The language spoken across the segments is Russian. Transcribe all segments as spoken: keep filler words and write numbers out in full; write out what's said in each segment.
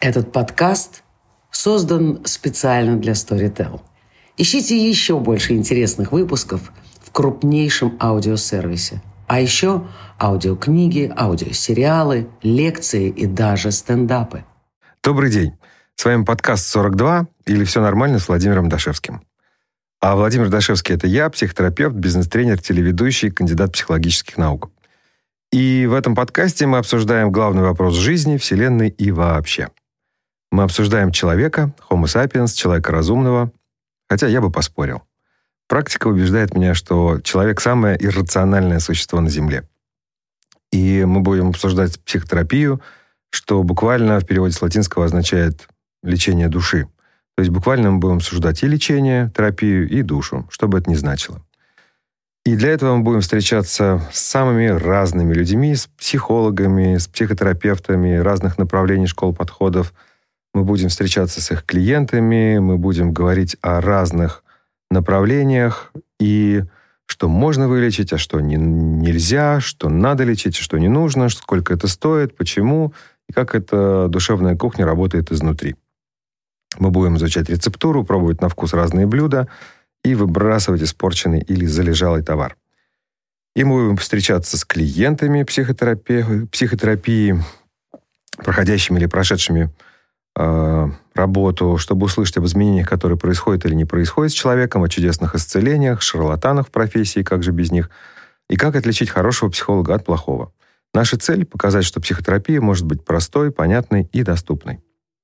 Этот подкаст создан специально для Storytel. Ищите еще больше интересных выпусков в крупнейшем аудиосервисе. А еще аудиокниги, аудиосериалы, лекции и даже стендапы. Добрый день. С вами подкаст сорок два или «Все нормально» с Владимиром Дашевским. А Владимир Дашевский – это я, психотерапевт, бизнес-тренер, телеведущий, кандидат психологических наук. И в этом подкасте мы обсуждаем главный вопрос жизни, Вселенной и вообще. Мы обсуждаем человека, Homo sapiens, человека разумного, хотя я бы поспорил. Практика убеждает меня, что человек – самое иррациональное существо на Земле. И мы будем обсуждать психотерапию, что буквально в переводе с латинского означает «лечение души». То есть буквально мы будем обсуждать и лечение, терапию, и душу, что бы это ни значило. И для этого мы будем встречаться с самыми разными людьми, с психологами, с психотерапевтами разных направлений, школ, подходов. Мы будем встречаться с их клиентами, мы будем говорить о разных направлениях и что можно вылечить, а что не, нельзя, что надо лечить, а что не нужно, сколько это стоит, почему и как эта душевная кухня работает изнутри. Мы будем изучать рецептуру, пробовать на вкус разные блюда и выбрасывать испорченный или залежалый товар. И мы будем встречаться с клиентами психотерапии, психотерапии проходящими или прошедшими э, работу, чтобы услышать об изменениях, которые происходят или не происходят с человеком, о чудесных исцелениях, шарлатанах в профессии, как же без них, и как отличить хорошего психолога от плохого. Наша цель – показать, что психотерапия может быть простой, понятной и доступной.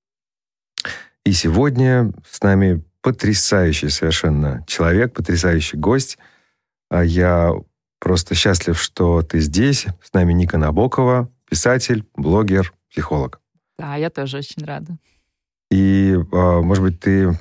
И сегодня с нами потрясающий совершенно человек, потрясающий гость. Я просто счастлив, что ты здесь. С нами Ника Набокова, писатель, блогер, психолог. Да, я тоже очень рада. И, может быть, ты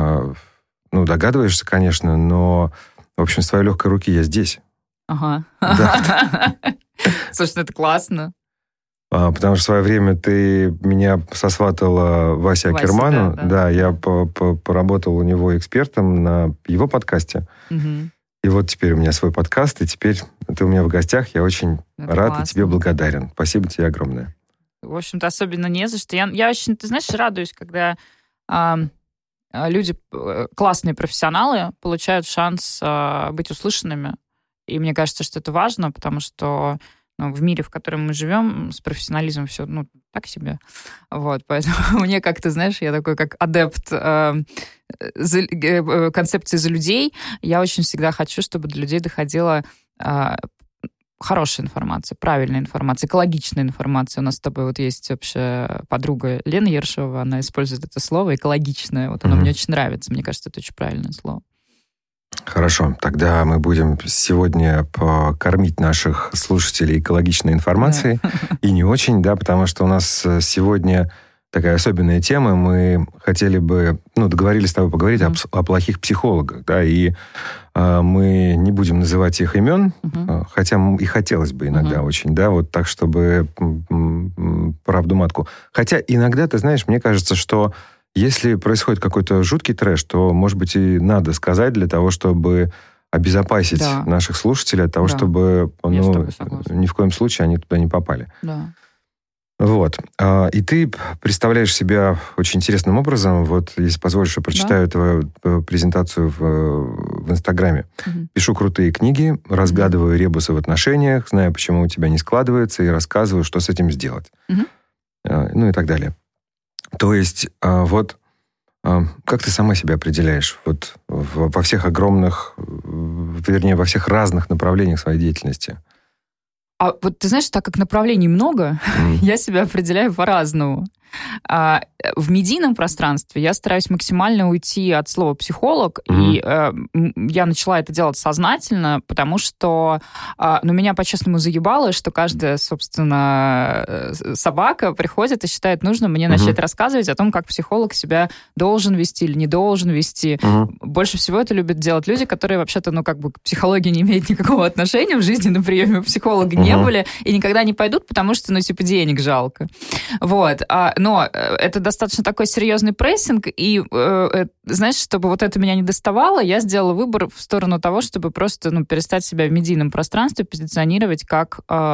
ну, догадываешься, конечно, но, в общем, с твоей легкой руки я здесь. Ага. Да. Слушай, ну это классно. Потому что в свое время ты меня сосватала Васе Акерману. Да, да. да, я по- по- поработал у него экспертом на его подкасте. Угу. И вот теперь у меня свой подкаст, и теперь ты у меня в гостях. Я очень это рад классно. И тебе благодарен. Спасибо тебе огромное. В общем-то, особенно не за что. Я, я очень, ты знаешь, радуюсь, когда э, люди, классные профессионалы, получают шанс э, быть услышанными. И мне кажется, что это важно, потому что в мире, в котором мы живем, с профессионализмом все, ну, так себе. Вот, поэтому мне как-то, знаешь, я такой, как адепт э, за, э, концепции «за людей», я очень всегда хочу, чтобы до людей доходила э, хорошая информация, правильная информация, экологичная информация. У нас с тобой вот есть общая подруга Лена Ершова, она использует это слово «экологичное». Вот оно mm-hmm. мне очень нравится, мне кажется, это очень правильное слово. Хорошо, тогда мы будем сегодня покормить наших слушателей экологичной информацией. Да. И не очень, да, потому что у нас сегодня такая особенная тема. Мы хотели бы, ну, договорились с тобой поговорить mm-hmm. о, о плохих психологах, да, и э, мы не будем называть их имен, mm-hmm. хотя и хотелось бы иногда mm-hmm. очень, да, вот так, чтобы правду матку. Хотя иногда, ты знаешь, мне кажется, что если происходит какой-то жуткий трэш, то, может быть, и надо сказать для того, чтобы обезопасить да. наших слушателей от того, да. чтобы ну, ни в коем случае они туда не попали. Да. Вот. И ты представляешь себя очень интересным образом. Вот, если позволишь, я прочитаю да. твою презентацию в, в Инстаграме. Угу. Пишу крутые книги, разгадываю угу. ребусы в отношениях, знаю, почему у тебя не складывается, и рассказываю, что с этим сделать. Угу. Ну и так далее. То есть, вот, как ты сама себя определяешь вот во всех огромных, вернее, во всех разных направлениях своей деятельности? А вот ты знаешь, так как направлений много, mm. я себя определяю по-разному. А, в медийном пространстве я стараюсь максимально уйти от слова «психолог», mm-hmm. и а, я начала это делать сознательно, потому что а, ну, меня по-честному заебало, что каждая, собственно, собака приходит и считает нужным мне mm-hmm. начать рассказывать о том, как психолог себя должен вести или не должен вести. Mm-hmm. Больше всего это любят делать люди, которые вообще-то, ну, как бы к психологии не имеют никакого отношения, в жизни на приеме у психолога mm-hmm. не были и никогда не пойдут, потому что, ну, типа, денег жалко. Вот. Но это достаточно такой серьезный прессинг, и, э, знаешь, чтобы вот это меня не доставало, я сделала выбор в сторону того, чтобы просто ну, перестать себя в медийном пространстве позиционировать как э,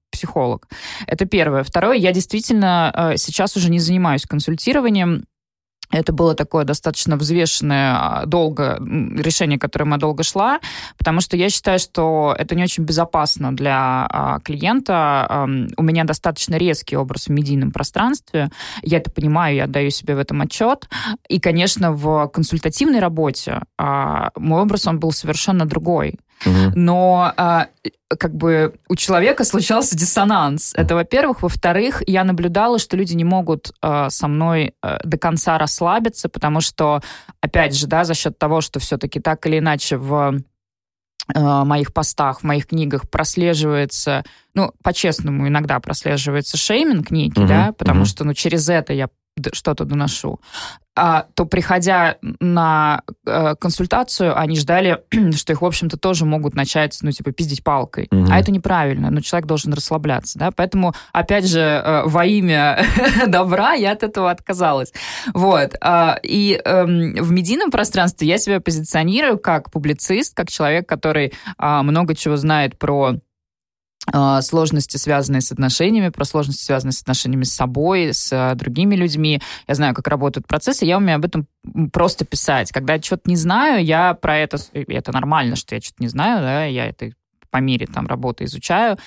психолог. Это первое. Второе, я действительно сейчас уже не занимаюсь консультированием. Это было такое достаточно взвешенное, долго, решение, к которому я долго шла, потому что я считаю, что это не очень безопасно для а, клиента. А, у меня достаточно резкий образ в медийном пространстве. Я это понимаю, я отдаю себе в этом отчет. И, конечно, в консультативной работе а, мой образ, он был совершенно другой. Угу. Но а, как бы у человека случался диссонанс. Это, во-первых. Во-вторых, я наблюдала, что люди не могут а, со мной а, до конца расслабиться, потому что, опять же, да, за счет того, что все-таки так или иначе в а, моих постах, в моих книгах прослеживается, ну, по-честному, иногда прослеживается шейминг некий, угу. да, потому угу. что, ну, через это я что-то доношу, а, то, приходя на э, консультацию, они ждали, что их, в общем-то, тоже могут начать, ну, типа, пиздить палкой. Mm-hmm. А это неправильно, но человек должен расслабляться, да, поэтому, опять же, э, во имя добра я от этого отказалась. Вот. А, и э, в медийном пространстве я себя позиционирую как публицист, как человек, который э, много чего знает про сложности, связанные с отношениями, про сложности, связанные с отношениями с собой, с другими людьми. Я знаю, как работают процессы, я умею об этом просто писать. Когда я что-то не знаю, я про это... Это нормально, что я что-то не знаю, да, я это по мере там работы изучаю.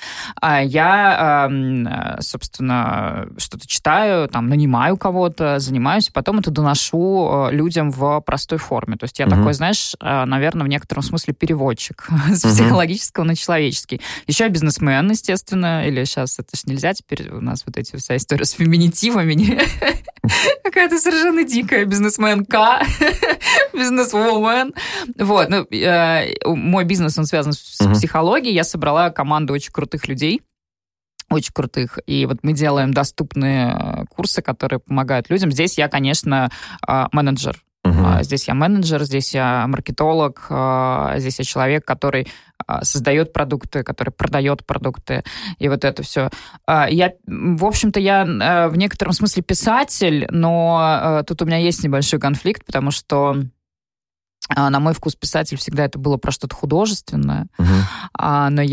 Я, собственно, что-то читаю, там, нанимаю кого-то, занимаюсь, потом это доношу людям в простой форме. То есть я mm-hmm. такой, знаешь, наверное, в некотором смысле переводчик с mm-hmm. психологического на человеческий. Еще я бизнесмен, естественно, или сейчас это ж нельзя, теперь у нас вот эти вся история с феминитивами. Какая-то совершенно дикая бизнесменка, бизнесвумен. Вот. Ну, мой бизнес, он связан с психологией. Я собрала команду очень крутых людей, очень крутых. И вот мы делаем доступные курсы, которые помогают людям. Здесь я, конечно, менеджер. Uh-huh. Здесь я менеджер, здесь я маркетолог, здесь я человек, который создает продукты, который продает продукты, и вот это все. Я, в общем-то, я в некотором смысле писатель, но тут у меня есть небольшой конфликт, потому что на мой вкус писатель всегда это было про что-то художественное. Uh-huh. Но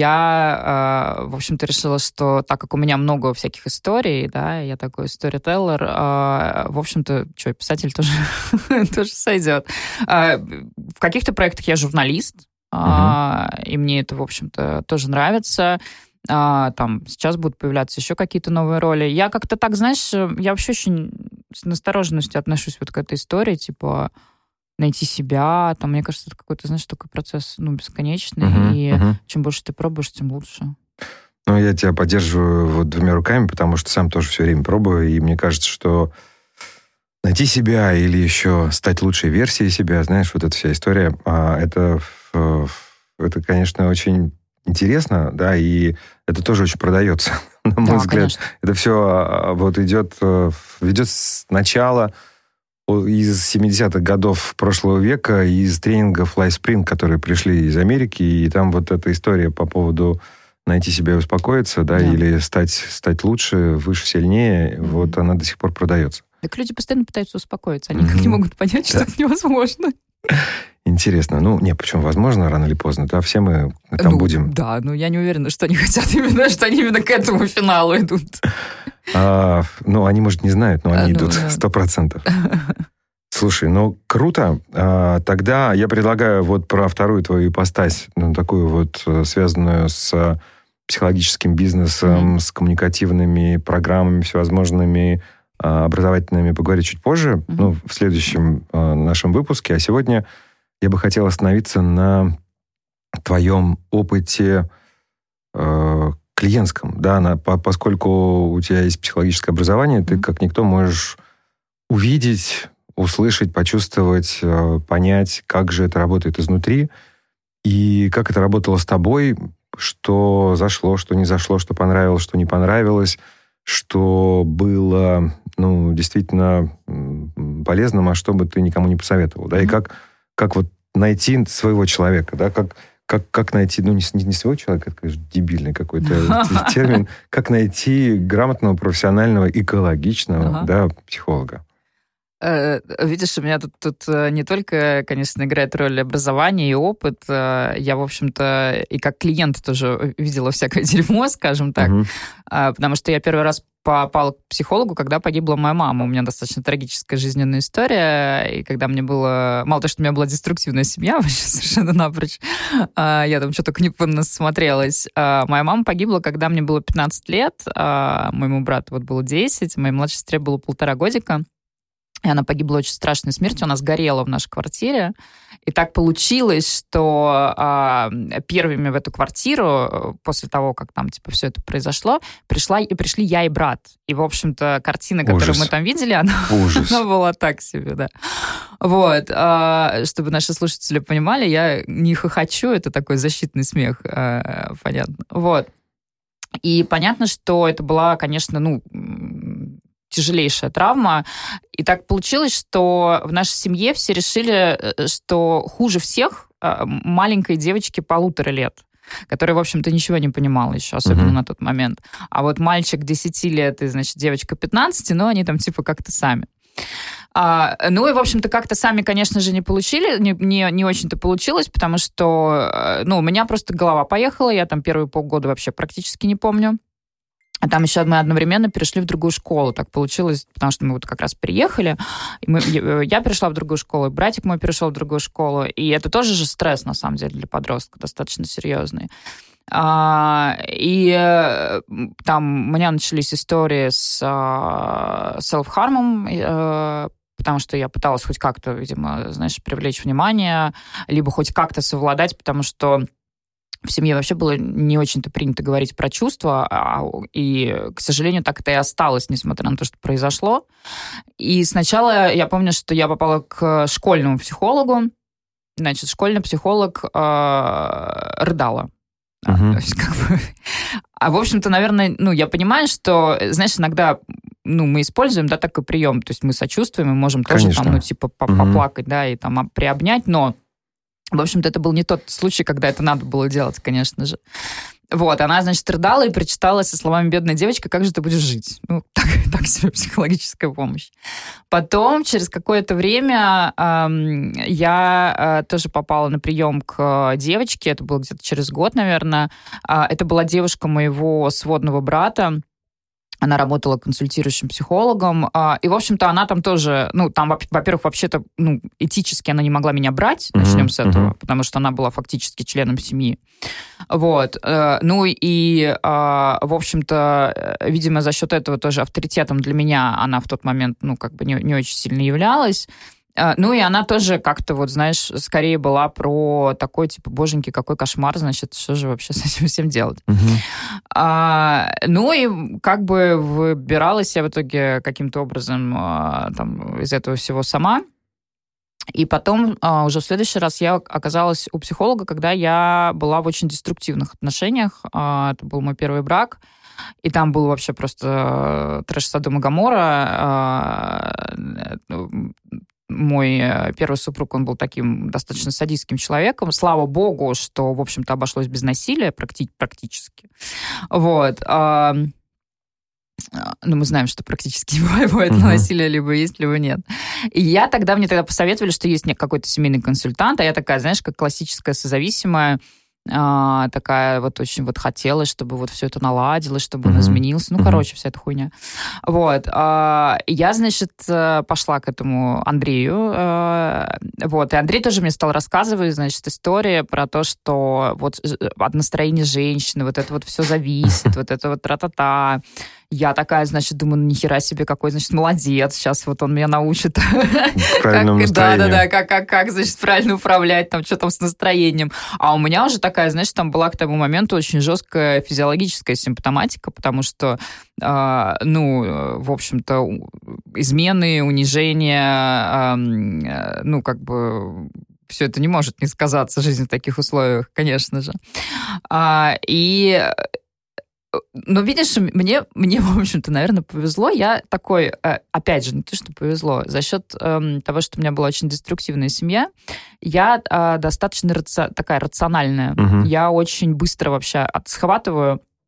я, в общем-то, решила, что так как у меня много всяких историй, да, я такой сторителлер, в общем-то, что, писатель тоже, тоже сойдет. В каких-то проектах я журналист, uh-huh. и мне это, в общем-то, тоже нравится. Там сейчас будут появляться еще какие-то новые роли. Я как-то так, знаешь, я вообще очень с настороженностью отношусь вот к этой истории, типа найти себя, там, мне кажется, это какой-то, знаешь, такой процесс, ну, бесконечный, uh-huh, и uh-huh. чем больше ты пробуешь, тем лучше. Ну, я тебя поддерживаю вот двумя руками, потому что сам тоже все время пробую, и мне кажется, что найти себя или еще стать лучшей версией себя, знаешь, вот эта вся история, это, это, конечно, очень интересно, да, и это тоже очень продается, на мой да, взгляд. Конечно. Это все вот идет, ведет сначала из семидесятых годов прошлого века, из тренингов LifeSpring, которые пришли из Америки, и там вот эта история по поводу найти себя и успокоиться, да, да. или стать, стать лучше, выше, сильнее, mm-hmm. вот она до сих пор продается. Так люди постоянно пытаются успокоиться, они mm-hmm. как не могут понять, что да. это невозможно. Интересно. Ну, не, почему возможно, рано или поздно, да, все мы там ну, будем. Да, но я не уверена, что они хотят именно, что они именно к этому финалу идут. А, ну, они, может, не знают, но они а, идут сто процентов. Слушай, ну, круто. А, тогда я предлагаю вот про вторую твою ипостась, ну, такую вот связанную с психологическим бизнесом, mm-hmm. с коммуникативными программами всевозможными, образовательными, поговорить чуть позже, mm-hmm. ну, в следующем а, нашем выпуске. А сегодня я бы хотел остановиться на твоем опыте э, клиентском, да, на, по, поскольку у тебя есть психологическое образование, mm-hmm. ты как никто можешь увидеть, услышать, почувствовать, э, понять, как же это работает изнутри, и как это работало с тобой, что зашло, что не зашло, что понравилось, что не понравилось, что было, ну, действительно полезным, а что бы ты никому не посоветовал, да, mm-hmm. и как, как вот найти своего человека, да, как Как, как найти, ну, не, не своего человека, это, конечно, дебильный какой-то термин, как найти грамотного, профессионального, экологичного, ага. да, психолога? Видишь, у меня тут, тут не только, конечно, играет роль образование и опыт. Я, в общем-то, и как клиент тоже видела всякое дерьмо, скажем так. Угу. Потому что я первый раз попала к психологу, когда погибла моя мама. У меня достаточно трагическая жизненная история. И когда мне было... Мало того, что у меня была деструктивная семья, вообще совершенно напрочь. Я там что-то не насмотрелась. Моя мама погибла, когда мне было пятнадцать лет. Моему брату вот было десять. Моей младшей сестре было полтора годика. И она погибла очень страшной смертью, она сгорела в нашей квартире. И так получилось, что э, первыми в эту квартиру, после того, как там типа все это произошло, пришла, и пришли я и брат. И, в общем-то, картина, которую Ужас. мы там видели, она, она была так себе, да. Вот. Э, чтобы наши слушатели понимали, я не хохочу, это такой защитный смех, э, понятно. Вот. И понятно, что это была, конечно, ну... тяжелейшая травма. И так получилось, что в нашей семье все решили, что хуже всех маленькой девочке полутора лет, которая, в общем-то, ничего не понимала еще, особенно mm-hmm. на тот момент. А вот мальчик десяти лет и, значит, девочка пятнадцати, но они там типа как-то сами. А, ну и, в общем-то, как-то сами, конечно же, не получили, не, не, не очень-то получилось, потому что, ну, у меня просто голова поехала, я там первые полгода вообще практически не помню. А там еще мы одновременно перешли в другую школу. Так получилось, потому что мы вот как раз переехали. И мы, я перешла в другую школу, и братик мой перешел в другую школу. И это тоже же стресс, на самом деле, для подростка, достаточно серьезный. А, и там у меня начались истории с селф-хармом, потому что я пыталась хоть как-то, видимо, знаешь, привлечь внимание, либо хоть как-то совладать, потому что в семье вообще было не очень-то принято говорить про чувства, и, к сожалению, так это и осталось, несмотря на то, что произошло. И сначала я помню, что я попала к школьному психологу. Значит, школьный психолог э, рыдала. Uh-huh. То есть, как бы... А, в общем-то, наверное, ну, я понимаю, что, знаешь, иногда ну, мы используем, да, такой прием, то есть мы сочувствуем, мы можем Конечно. тоже там, ну, типа, поплакать, uh-huh. да, и там приобнять, но в общем-то, это был не тот случай, когда это надо было делать, конечно же. Вот, она, значит, рыдала и прочитала со словами «бедная девочка, как же ты будешь жить?» Ну, так, так себе психологическая помощь. Потом, через какое-то время, эм, я э, тоже попала на прием к девочке, это было где-то через год, наверное. Э, это была девушка моего сводного брата. Она работала консультирующим психологом. И, в общем-то, она там тоже... Ну, там, во-первых, вообще-то, ну, этически она не могла меня брать. Mm-hmm. Начнем с этого. Mm-hmm. Потому что она была фактически членом семьи. Вот. Ну, и, в общем-то, видимо, за счет этого тоже авторитетом для меня она в тот момент, ну, как бы не, не очень сильно являлась. Ну, и она тоже как-то, вот, знаешь, скорее была про такой, типа, боженьки, какой кошмар, значит, что же вообще с этим всем делать? Uh-huh. А, ну, и как бы выбиралась я в итоге каким-то образом а, там, из этого всего сама. И потом а, уже в следующий раз я оказалась у психолога, когда я была в очень деструктивных отношениях. А, это был мой первый брак. И там был вообще просто трэш Содом и Гоморра. А, Мой первый супруг, он был таким достаточно садистским человеком. Слава богу, что, в общем-то, обошлось без насилия практи- практически. Вот. Ну, мы знаем, что практически не бывает uh-huh. насилия, либо есть, либо нет. И я тогда, мне тогда посоветовали, что есть какой-то семейный консультант, а я такая, знаешь, как классическая созависимая, А, такая вот очень вот хотелось, чтобы вот все это наладилось, чтобы mm-hmm. он изменился. Ну, mm-hmm. короче, вся эта хуйня. Вот. А, я, значит, пошла к этому Андрею. А, вот. И Андрей тоже мне стал рассказывать, значит, историю про то, что вот от настроения женщины вот это вот все зависит, вот это вот тра-та-та. Я такая, значит, думаю, ну, нихера себе, какой, значит, молодец. Сейчас вот он меня научит. Правильному настроению. Да-да-да, как, как, как, значит, правильно управлять, там, что там с настроением. А у меня уже такая, знаешь, там была к тому моменту очень жесткая физиологическая симптоматика, потому что, э, ну, в общем-то, измены, унижение, э, ну, как бы... Все это не может не сказаться, жизнь в таких условиях, конечно же. А, и... Но, видишь, мне, мне, в общем-то, наверное, повезло. Я такой, опять же, не то, что повезло, за счет э, того, что у меня была очень деструктивная семья, я э, достаточно раци... такая рациональная. Угу. Я очень быстро вообще схватываю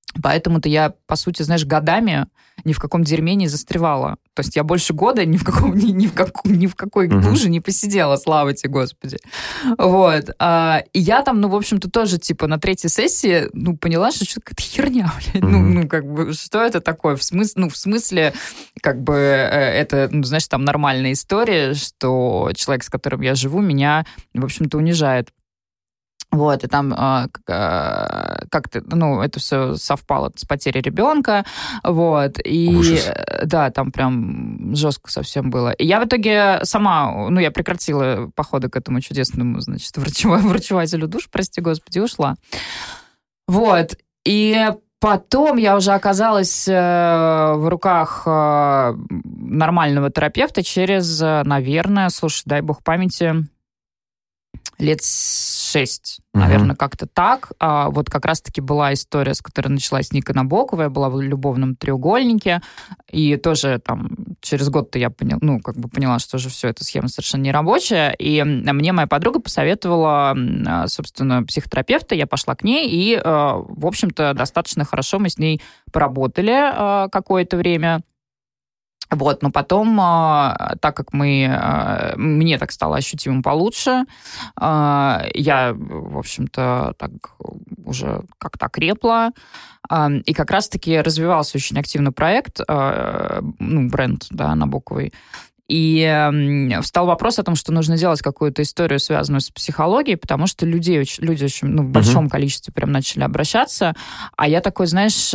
Поэтому-то я, по сути, знаешь, годами ни в каком дерьме не застревала. То есть я больше года ни в, каком, ни, ни в, как, ни в какой uh-huh. луже не посидела, слава тебе, Господи. Вот. А, и я там, ну, в общем-то, тоже, типа, на третьей сессии, ну, поняла, что что-то какая-то херня, блядь. Uh-huh. Ну, ну, как бы, что это такое? В смысле, ну, в смысле, как бы, это, ну, знаешь, там нормальная история, что человек, с которым я живу, меня, в общем-то, унижает. Вот, и там э, как-то, ну, это все совпало с потерей ребенка, вот, и, Ужас. Да, там прям жестко совсем было. И я в итоге сама, ну, я прекратила походы к этому чудесному, значит, врачевателю душ, прости господи, ушла. Вот, и потом я уже оказалась в руках нормального терапевта через, наверное, слушай, дай бог памяти, лет шесть, uh-huh. наверное, как-то так. А вот как раз-таки была история, с которой началась Ника Набокова. Я была в любовном треугольнике. И тоже там через год-то я поняла, ну, как бы поняла, что же все, эта схема совершенно не рабочая. И мне моя подруга посоветовала, собственно, психотерапевта. Я пошла к ней, и, в общем-то, достаточно хорошо мы с ней поработали какое-то время. Вот, но потом, так как мы, мне так стало ощутимо получше, я, в общем-то, так уже как-то окрепла, и как раз-таки развивался очень активно проект, ну, бренд, да, Набоковой. И встал вопрос о том, что нужно делать какую-то историю, связанную с психологией, потому что людей, люди очень, ну, в большом uh-huh. количестве прям начали обращаться, а я такой, знаешь...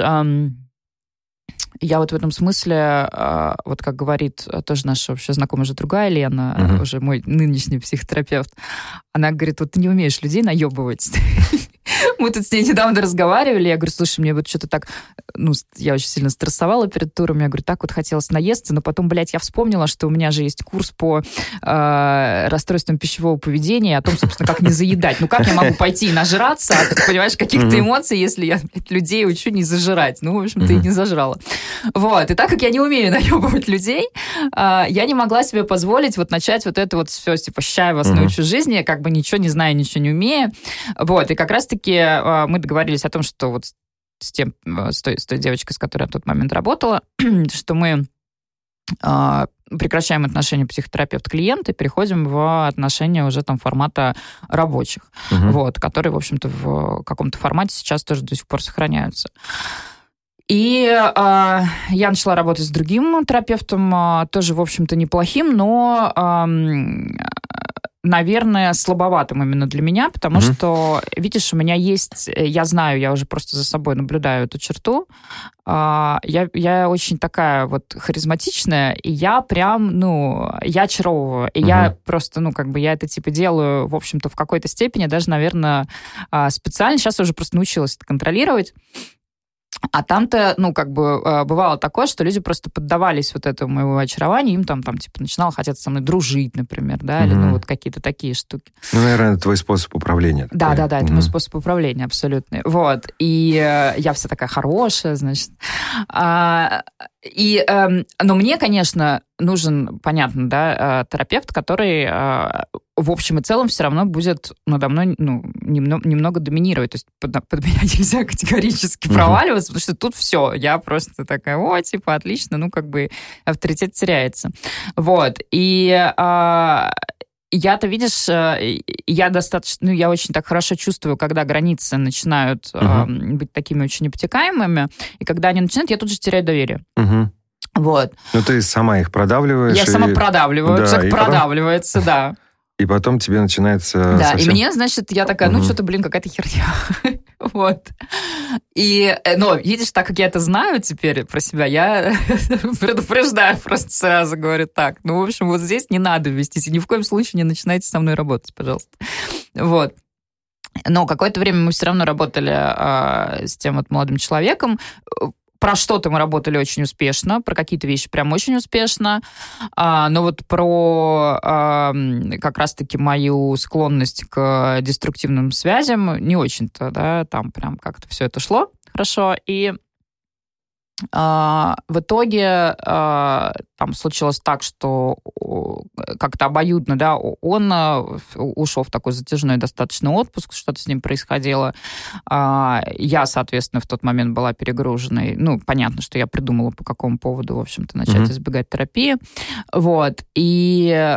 Я вот в этом смысле, вот как говорит тоже наша вообще знакомая же другая Лена, uh-huh. уже мой нынешний психотерапевт, она говорит, вот ты не умеешь людей наебывать. Мы тут с ней недавно разговаривали, я говорю, слушай, мне вот что-то так, ну, я очень сильно стрессовала перед туром, я говорю, так вот хотелось наесться, но потом, блядь, я вспомнила, что у меня же есть курс по э, расстройствам пищевого поведения, о том, собственно, как не заедать. Ну, как я могу пойти и нажраться от, понимаешь, каких-то эмоций, если я людей учу не зажирать? Ну, в общем-то, и не зажрала. Вот, и так как я не умею наебывать людей, э, я не могла себе позволить вот начать вот это вот все, типа, ща я вас научу жизни, как бы ничего не зная, ничего не умея. Вот, и как раз-таки мы договорились о том, что вот с, тем, с, той, с той девочкой, с которой я в тот момент работала, что мы э, прекращаем отношения психотерапевт-клиент и переходим в отношения уже там формата рабочих, uh-huh. вот, которые, в общем-то, в каком-то формате сейчас тоже до сих пор сохраняются. И э, я начала работать с другим терапевтом, э, тоже, в общем-то, неплохим, но... Э, наверное, слабоватым именно для меня, потому mm-hmm. что, видишь, у меня есть, я знаю, я уже просто за собой наблюдаю эту черту, я, я очень такая вот харизматичная, и я прям, ну, я очаровываю, и mm-hmm. я просто, ну, как бы я это, типа, делаю, в общем-то, в какой-то степени, даже, наверное, специально, сейчас я уже просто научилась это контролировать. А там-то, ну, как бы, бывало такое, что люди просто поддавались вот этому моему очарованию, им там, там типа, начинало хотеться со мной дружить, например, да, mm-hmm. или, ну, вот какие-то такие штуки. Ну, наверное, твой способ управления. Да, да, да, это mm-hmm. мой способ управления, абсолютно. Вот, и э, я вся такая хорошая, значит. А, и, э, но мне, конечно, нужен, понятно, да, терапевт, который... Э, в общем и целом все равно будет надо мной, ну, немного, немного доминировать. То есть под, под меня нельзя категорически uh-huh. проваливаться, потому что тут все. Я просто такая, о, типа, отлично, ну, как бы авторитет теряется. Вот. И а, я-то, видишь, я достаточно, ну, я очень так хорошо чувствую, когда границы начинают uh-huh. а, быть такими очень обтекаемыми, и когда они начинают, я тут же теряю доверие. Uh-huh. Вот. Ну, ты сама их продавливаешь. Я и... сама продавливаю, да, человек продавливается, потом... да. И потом тебе начинается Да, совсем... и мне, значит, я такая, ну, угу. что-то, блин, какая-то херня. Вот. И, но, видишь, так как я это знаю теперь про себя, я предупреждаю просто сразу, говорю, так, ну, в общем, вот здесь не надо вестись, и ни в коем случае не начинайте со мной работать, пожалуйста. Вот. Но какое-то время мы все равно работали а, с тем вот молодым человеком. Про что-то мы работали очень успешно, про какие-то вещи прям очень успешно, а, но вот про а, как раз-таки мою склонность к деструктивным связям не очень-то, да, там прям как-то все это шло хорошо, и в итоге там случилось так, что как-то обоюдно, да, он ушел в такой затяжной достаточно отпуск, что-то с ним происходило. Я, соответственно, в тот момент была перегруженной. Ну, понятно, что я придумала, по какому поводу, в общем-то, начать mm-hmm. избегать терапии. Вот. И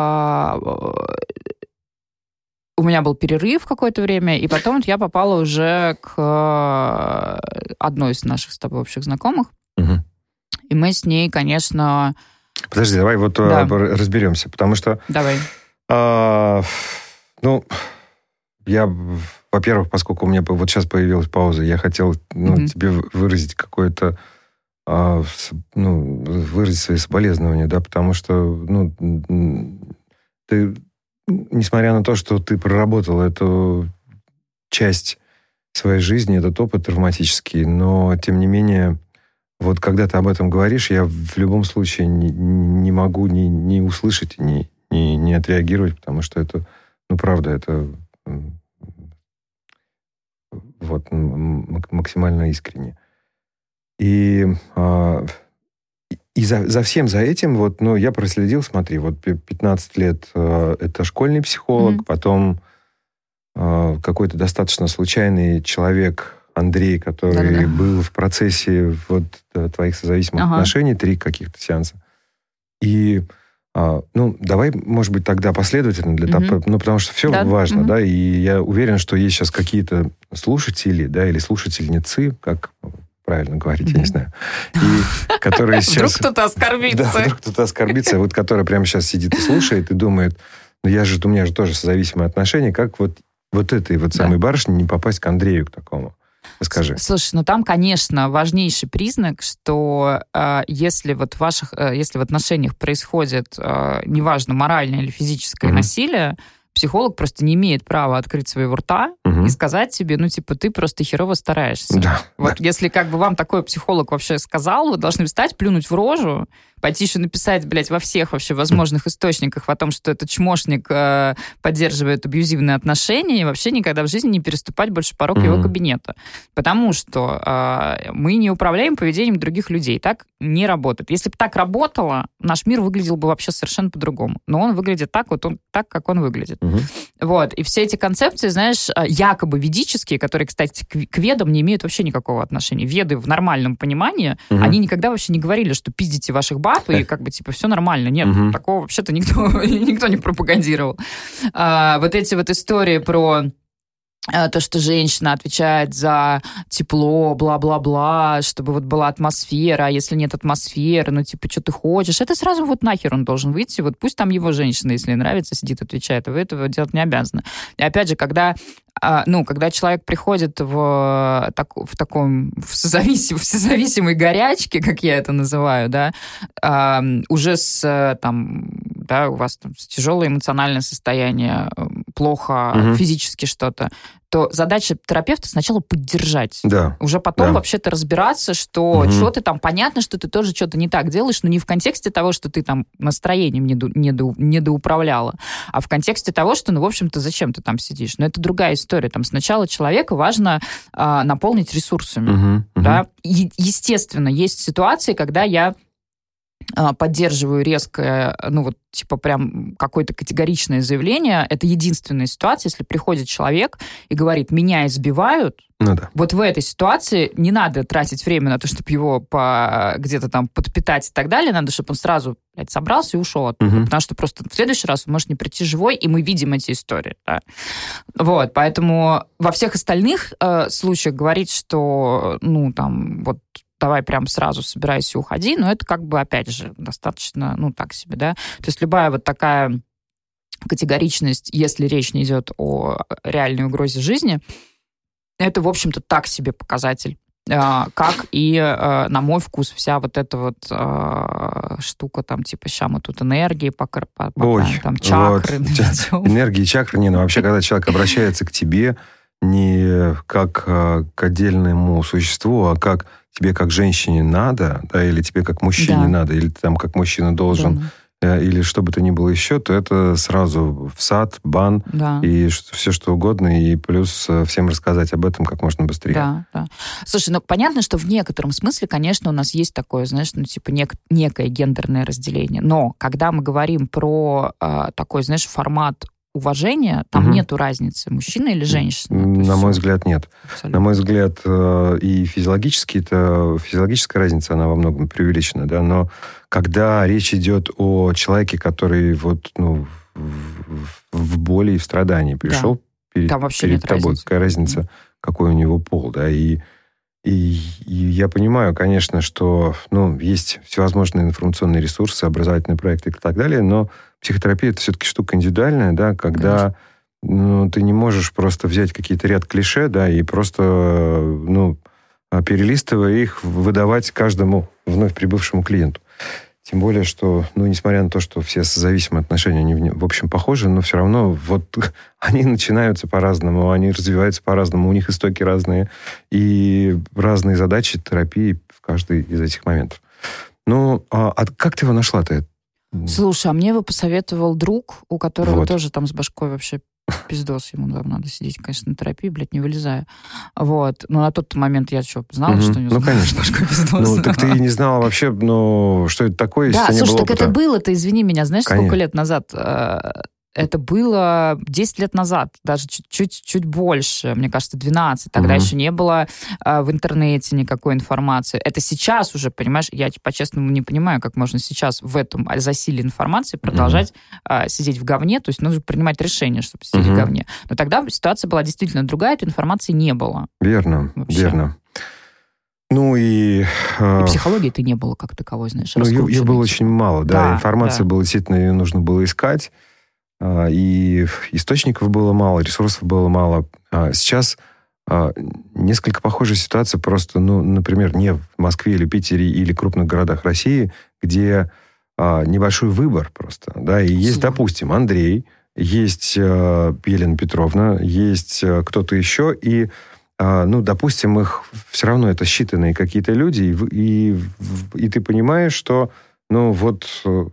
у меня был перерыв какое-то время, и потом я попала уже к одной из наших с тобой общих знакомых. Угу. И мы с ней, конечно... Подожди, давай вот да. разберемся, потому что... Давай. А, ну, я, во-первых, поскольку у меня вот сейчас появилась пауза, я хотел ну, угу. тебе выразить какое-то... А, ну, выразить свои соболезнования, да, потому что ну, ты... Несмотря на то, что ты проработал эту часть своей жизни, этот опыт травматический, но, тем не менее, вот когда ты об этом говоришь, я в любом случае не, не могу ни, ни услышать, ни, ни, ни отреагировать, потому что это, ну, правда, это вот максимально искренне. И... И за, за всем за этим, вот, ну, я проследил, смотри, вот пятнадцать лет э, это школьный психолог, mm-hmm. потом э, какой-то достаточно случайный человек, Андрей, который Да-да-да. был в процессе вот твоих созависимых ага. отношений, три каких-то сеанса. И, э, ну, давай, может быть, тогда последовательно, для mm-hmm. того, ну, потому что все да. важно, mm-hmm. да, и я уверен, что есть сейчас какие-то слушатели, да, или слушательницы, как... правильно говорить, я не знаю. И которые сейчас... Вдруг кто-то оскорбится. Да, вдруг кто-то оскорбится, вот который прямо сейчас сидит и слушает, и думает, ну я же, у меня же тоже созависимые отношения, как вот, вот этой вот самой да. барышне не попасть к Андрею, к такому? Скажи. Слушай, ну там, конечно, важнейший признак, что э, если вот в ваших, э, если в отношениях происходит, э, неважно, моральное или физическое mm-hmm. насилие, психолог просто не имеет права открыть своего рта угу. и сказать тебе, ну, типа, ты просто херово стараешься. Да, вот да. если как бы вам такой психолог вообще сказал, вы должны встать, плюнуть в рожу, пойти еще написать, блядь, во всех вообще возможных источниках о том, что этот чмошник э, поддерживает абьюзивные отношения, и вообще никогда в жизни не переступать больше порог угу. его кабинета. Потому что э, мы не управляем поведением других людей. Так не работает. Если бы так работало, наш мир выглядел бы вообще совершенно по-другому. Но он выглядит так, вот он так, как он выглядит. Угу. Вот. И все эти концепции, знаешь, якобы ведические, которые, кстати, к ведам не имеют вообще никакого отношения. Веды в нормальном понимании, угу. они никогда вообще не говорили, что пиздите ваших баб, и как бы, типа, все нормально. Нет, угу. такого вообще-то никто, никто не пропагандировал. А, вот эти вот истории про то, что женщина отвечает за тепло, бла-бла-бла, чтобы вот была атмосфера, а если нет атмосферы, ну, типа, что ты хочешь, это сразу вот нахер он должен выйти, вот пусть там его женщина, если нравится, сидит, отвечает, а вы этого делать не обязаны. И опять же, когда ну, когда человек приходит в, так, в таком в созависим, в созависимой горячке, как я это называю, да, уже с там, да, у вас там тяжелое эмоциональное состояние, плохо угу. физически что-то, то задача терапевта сначала поддержать. Да. Уже потом да. вообще-то разбираться, что угу. что ты там, понятно, что ты тоже что-то не так делаешь, но не в контексте того, что ты там настроением недо, недо, недоуправляла, а в контексте того, что, ну, в общем-то, зачем ты там сидишь? Но это другая история. Там сначала человека важно а, наполнить ресурсами. Угу. Да? И, естественно, есть ситуации, когда я поддерживаю резкое, ну вот, типа прям какое-то категоричное заявление. Это единственная ситуация, если приходит человек и говорит, меня избивают, ну, да. вот в этой ситуации не надо тратить время на то, чтобы его по, где-то там подпитать и так далее, надо, чтобы он сразу, блядь, собрался и ушел оттуда, угу. потому что просто в следующий раз он может не прийти живой, и мы видим эти истории. Да? Вот, поэтому во всех остальных э, случаях говорить, что, ну, там, вот, давай прям сразу собирайся и уходи, но это как бы, опять же, достаточно, ну, так себе, да. То есть любая вот такая категоричность, если речь не идет о реальной угрозе жизни, это, в общем-то, так себе показатель. Как и, на мой вкус, вся вот эта вот штука, там, типа, ща мы тут энергии, пока, пока Ой, там, чакры. Вот. Энергии, чакры, не, ну, вообще, когда человек обращается к тебе не как к отдельному существу, а как тебе как женщине надо, да, или тебе как мужчине да. надо, или ты там как мужчина должен да. или что бы то ни было еще, то это сразу в сад, бан, да. и все что угодно, и плюс всем рассказать об этом как можно быстрее. Да, да. Слушай, ну понятно, что в некотором смысле, конечно, у нас есть такое, знаешь, ну типа нек- некое гендерное разделение, но когда мы говорим про э, такой, знаешь, формат уважения, там угу. нету разницы, мужчина или женщина. На мой взгляд, нет. Абсолютно. На мой взгляд, и физиологически, это, физиологическая разница, она во многом преувеличена, да, но когда речь идет о человеке, который вот, ну, в, в боли и в страдании пришел да. перед, там вообще перед нет тобой, разницы. Какая разница, какой у него пол, да, и, и, и я понимаю, конечно, что, ну, есть всевозможные информационные ресурсы, образовательные проекты и так далее, но психотерапия – это все-таки штука индивидуальная, да, когда ну, ты не можешь просто взять какие-то ряд клише, да, и просто, ну, перелистывая их, выдавать каждому вновь прибывшему клиенту. Тем более, что, ну, несмотря на то, что все созависимые отношения, они, в общем, похожи, но все равно вот они начинаются по-разному, они развиваются по-разному, у них истоки разные, и разные задачи терапии в каждый из этих моментов. Ну, а, а как ты его нашла-то? Слушай, а мне его посоветовал друг, у которого вот. тоже там с башкой вообще пиздос, ему там надо сидеть, конечно, на терапии, блядь, не вылезая. Вот. Но на тот момент я что, знала, mm-hmm. что у него ну, конечно. с башкой пиздос? Ну, так ты не знала вообще, ну, что это такое, если да, не слушай, было так опыта. это было-то, извини меня, знаешь, конечно. сколько лет назад? Это было десять лет назад, даже чуть-чуть больше, мне кажется, двенадцать. Тогда угу. еще не было а, в интернете никакой информации. Это сейчас уже, понимаешь, я по-честному не понимаю, как можно сейчас в этом засилии информации продолжать угу. а, сидеть в говне, то есть нужно принимать решение, чтобы сидеть угу. в говне. Но тогда ситуация была действительно другая, этой информации не было. Верно, вообще. верно. Ну и... И психологии-то не было как таковой, знаешь, ну, ее, ее было очень мало, да, да информации да. было действительно, ее нужно было искать. И источников было мало, ресурсов было мало. Сейчас несколько похожая ситуация просто, ну, например, не в Москве или Питере или крупных городах России, где небольшой выбор просто. Да, и есть, допустим, Андрей, есть Елена Петровна, есть кто-то еще, и, ну, допустим, их все равно это считанные какие-то люди, и, и, и ты понимаешь, что, ну, вот...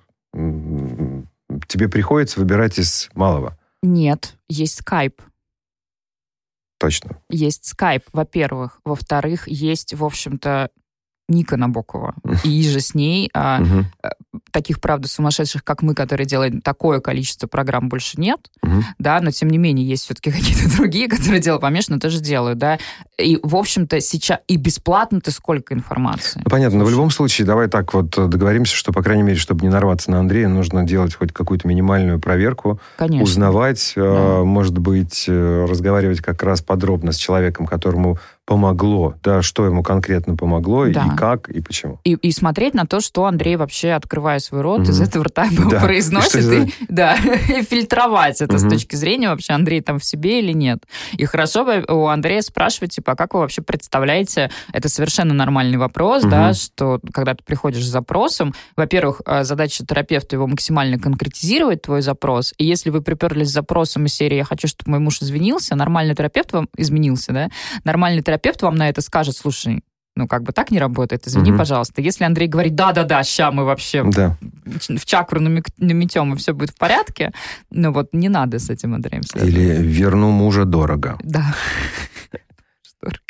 тебе приходится выбирать из малого? Нет, есть скайп. Точно. Есть скайп, во-первых. Во-вторых, есть, в общем-то, Ника Набокова. И же с ней а, угу. таких, правда, сумасшедших, как мы, которые делаем такое количество программ, больше нет. Угу. Да, но, тем не менее, есть все-таки какие-то другие, которые дело помешано, тоже делают, да. И, в общем-то, сейчас и бесплатно-то сколько информации. Ну, понятно, но в любом случае, давай так вот договоримся, что, по крайней мере, чтобы не нарваться на Андрея, нужно делать хоть какую-то минимальную проверку, конечно. Узнавать, да. может быть, разговаривать как раз подробно с человеком, которому помогло, да, что ему конкретно помогло, да. и как, и почему. И, и смотреть на то, что Андрей вообще, открывая свой рот, mm-hmm. из этого рта да. произносит, и, и, да, и фильтровать это mm-hmm. с точки зрения вообще, Андрей там в себе или нет. И хорошо бы у Андрея спрашивать, типа, а как вы вообще представляете, это совершенно нормальный вопрос, mm-hmm. да, что когда ты приходишь с запросом, во-первых, задача терапевта его максимально конкретизировать, твой запрос, и если вы приперлись с запросом из серии «я хочу, чтобы мой муж извинился», нормальный терапевт вам изменился, да, нормальный терапевт Терапевт вам на это скажет, слушай, ну как бы так не работает, извини, угу. пожалуйста. Если Андрей говорит, да-да-да, ща мы вообще да. в чакру наметем, и все будет в порядке, ну вот не надо с этим Андреем следовать. Или верну мужа дорого. Да. Дорого.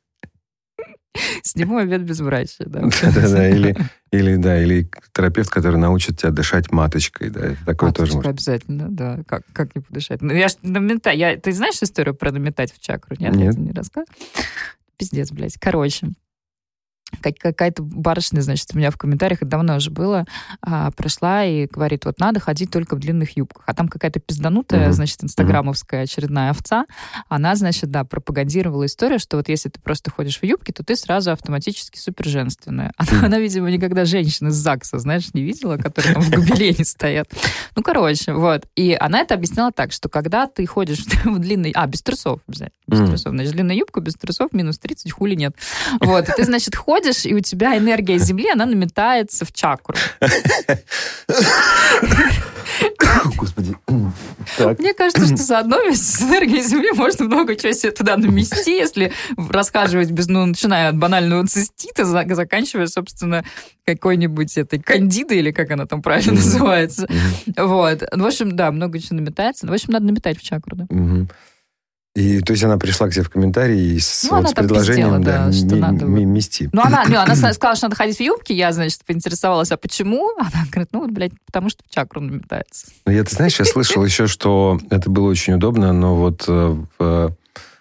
Сниму обед безбрачия, да. Да-да-да, или, или, да, или терапевт, который научит тебя дышать маточкой, да, такое Маточка тоже может. Обязательно, да, как, как не подышать. Ну, я ж наметать, я, ты знаешь историю про наметать в чакру? Нет, Нет. Я тебе не рассказываю. Пиздец, блядь. Короче, какая-то барышня, значит, у меня в комментариях, это давно уже было, а, пришла и говорит, вот надо ходить только в длинных юбках. А там какая-то пизданутая, mm-hmm. значит, инстаграмовская очередная овца, она, значит, да, пропагандировала историю, что вот если ты просто ходишь в юбке, то ты сразу автоматически суперженственная. Она, mm-hmm. она видимо, никогда женщин из ЗАГСа, знаешь, не видела, которые там в гобелене стоят. Ну, короче, вот. И она это объясняла так, что когда ты ходишь в длинной... А, без трусов обязательно. Без mm-hmm. трусов. Значит, длинная юбка, без трусов, минус тридцать, хули нет. Вот. И ты, значит, ходишь, и у тебя энергия Земли, она наметается в чакру. Господи. Мне кажется, что за одно вместе с энергией Земли можно много чего себе туда намести, если расхаживать без, ну, начиная от банального цистита, заканчивая, собственно, какой-нибудь этой кандидой, или как она там правильно mm-hmm. называется. Mm-hmm. Вот. В общем, да, много чего наметается. В общем, надо наметать в чакру, да. Mm-hmm. И, то есть, она пришла к тебе в комментарии с, ну, вот, с предложением да, да, что м- надо м- мести. Ну, она, ну, она сказала, что надо ходить в юбке. Я, значит, поинтересовалась, а почему? Она говорит, ну, вот, блядь, потому что в чакру наметается. Ну, я, ты знаешь, я слышал еще, что это было очень удобно, но вот в,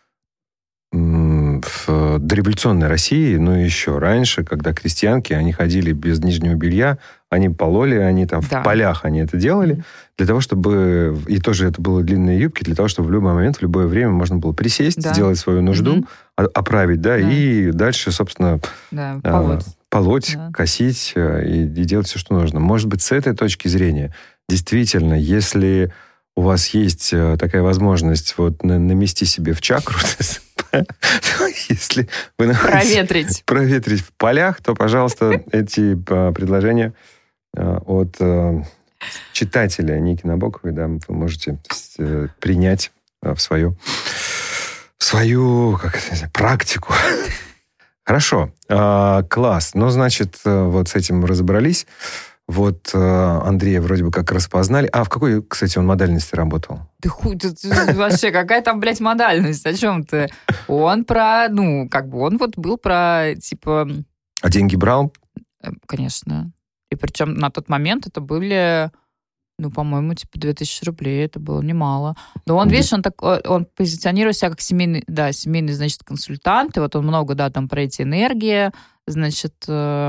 в дореволюционной России, ну, еще раньше, когда крестьянки, они ходили без нижнего белья, они пололи, они там да. в полях они это делали, для того, чтобы... И тоже это было длинные юбки, для того, чтобы в любой момент, в любое время можно было присесть, да. сделать свою нужду, mm-hmm. оправить, да, да, и дальше, собственно, да, полоть, полоть да. косить и, и делать все, что нужно. Может быть, с этой точки зрения, действительно, если у вас есть такая возможность вот намести себе в чакру, если вы проветрить. проветрить в полях, то, пожалуйста, эти предложения от читателя Ники Набоковой, да, вы можете принять в свою, в свою как это, практику. Хорошо, класс. Ну, значит, вот с этим разобрались. Вот Андрея вроде бы как распознали. А в какой, кстати, он модальности работал? Да хуй, ты, ты, вообще, какая там, блядь, модальность? О чем ты? Он про, ну, как бы, он вот был про, типа... А деньги брал? Конечно. И причем на тот момент это были, ну, по-моему, типа две тысячи рублей. Это было немало. Но он, видишь, он, так, он позиционирует себя как семейный, да, семейный, значит, консультант. И вот он много, да, там про эти энергии, значит, э,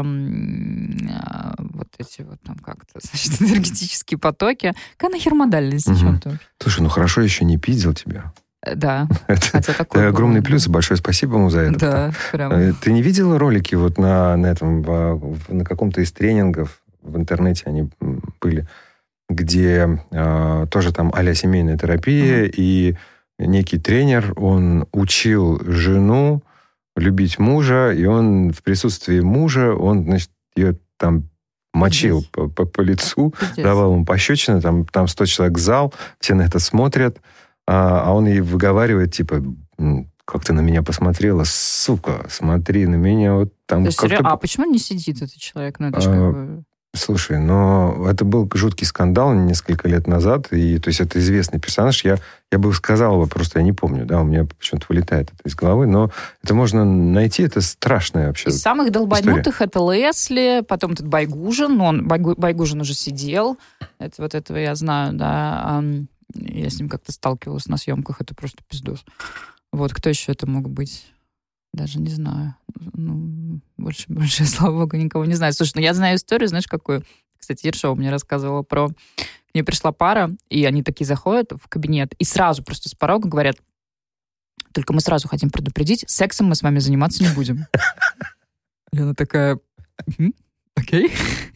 э, вот эти вот там как-то, значит, энергетические потоки. Какая нахер модальность? Угу. Чем-то? Слушай, ну хорошо еще не пиздил тебя. Да. Это, это огромный плюс, и большое спасибо ему за это. Да, прям. Ты не видела ролики вот на, на этом, на каком-то из тренингов в интернете они были, где э, тоже там а-ля семейная терапия, uh-huh. и некий тренер, он учил жену любить мужа, и он в присутствии мужа, он, значит, ее там мочил по, по, по лицу, Пиздец. давал ему пощечины, там, там сто человек в зал, все на это смотрят, а, а он ей выговаривает, типа, как ты на меня посмотрела, сука, смотри на меня, вот там как-то... А почему не сидит этот человек? Ну, это же как бы... Слушай, но это был жуткий скандал несколько лет назад, и то есть это известный персонаж. Я, я бы сказал его, просто я не помню, да, у меня почему-то вылетает это из головы, но это можно найти, это страшная вообще Из самых долбанутых это Лесли, потом этот Байгужин, он, Байгужин уже сидел, это вот этого я знаю, да, я с ним как-то сталкивалась на съемках, это просто пиздос. Вот, кто еще это мог быть? Даже не знаю. Ну, больше, больше, слава богу, никого не знаю. Слушай, ну я знаю историю, знаешь, какую? Кстати, Ершова мне рассказывала про... К ней пришла пара, и они такие заходят в кабинет, и сразу просто с порога говорят, только мы сразу хотим предупредить, сексом мы с вами заниматься не будем. И она такая, окей.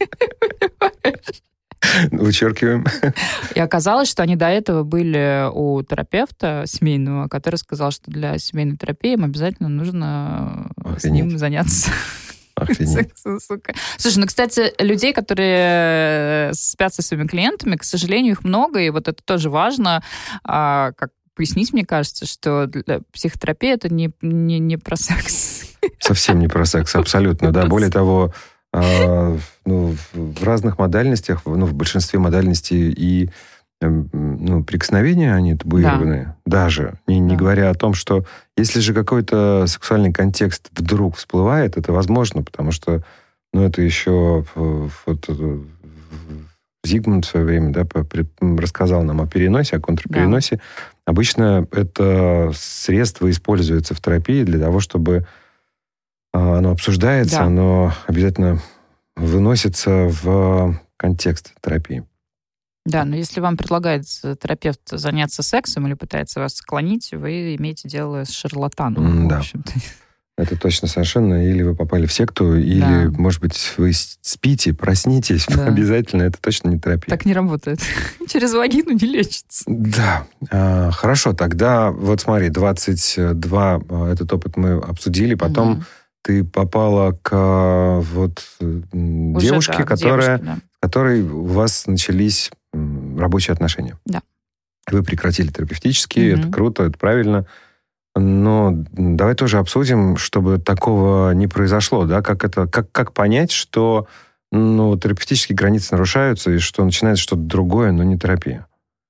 Вычеркиваем. И оказалось, что они до этого были у терапевта семейного, который сказал, что для семейной терапии им обязательно нужно Охренеть. с ним заняться. Сексом, сука. Слушай, ну, кстати, людей, которые спят со своими клиентами, к сожалению, их много, и вот это тоже важно, а, как пояснить, мне кажется, что для психотерапии это не, не, не про секс. Совсем не про секс, абсолютно, да. Более того, А, ну, в разных модальностях, ну, в большинстве модальностей и ну, прикосновения, они табуированы. Да. Даже. Не, не да. говоря о том, что если же какой-то сексуальный контекст вдруг всплывает, это возможно, потому что ну, это еще вот, Зигмунд в свое время да, рассказал нам о переносе, о контрпереносе. Да. Обычно это средство используется в терапии для того, чтобы оно обсуждается, да. оно обязательно выносится в контекст терапии. Да, но если вам предлагает терапевт заняться сексом или пытается вас склонить, вы имеете дело с шарлатаном. Да. В общем-то. Это точно совершенно. Или вы попали в секту, или, да. может быть, вы спите, проснитесь. Да. Обязательно. Это точно не терапия. Так не работает. Через вагину не лечится. Да. А, хорошо, тогда вот смотри, двадцать два этот опыт мы обсудили, потом... Угу. Ты попала к вот Уже, девушке, да, которая, девушке, да. которой у вас начались рабочие отношения. Да. Вы прекратили терапевтические, Мгм. это круто, это правильно. Но давай тоже обсудим, чтобы такого не произошло, да, как это, как, как понять, что ну, терапевтические границы нарушаются, и что начинается что-то другое, но не терапия.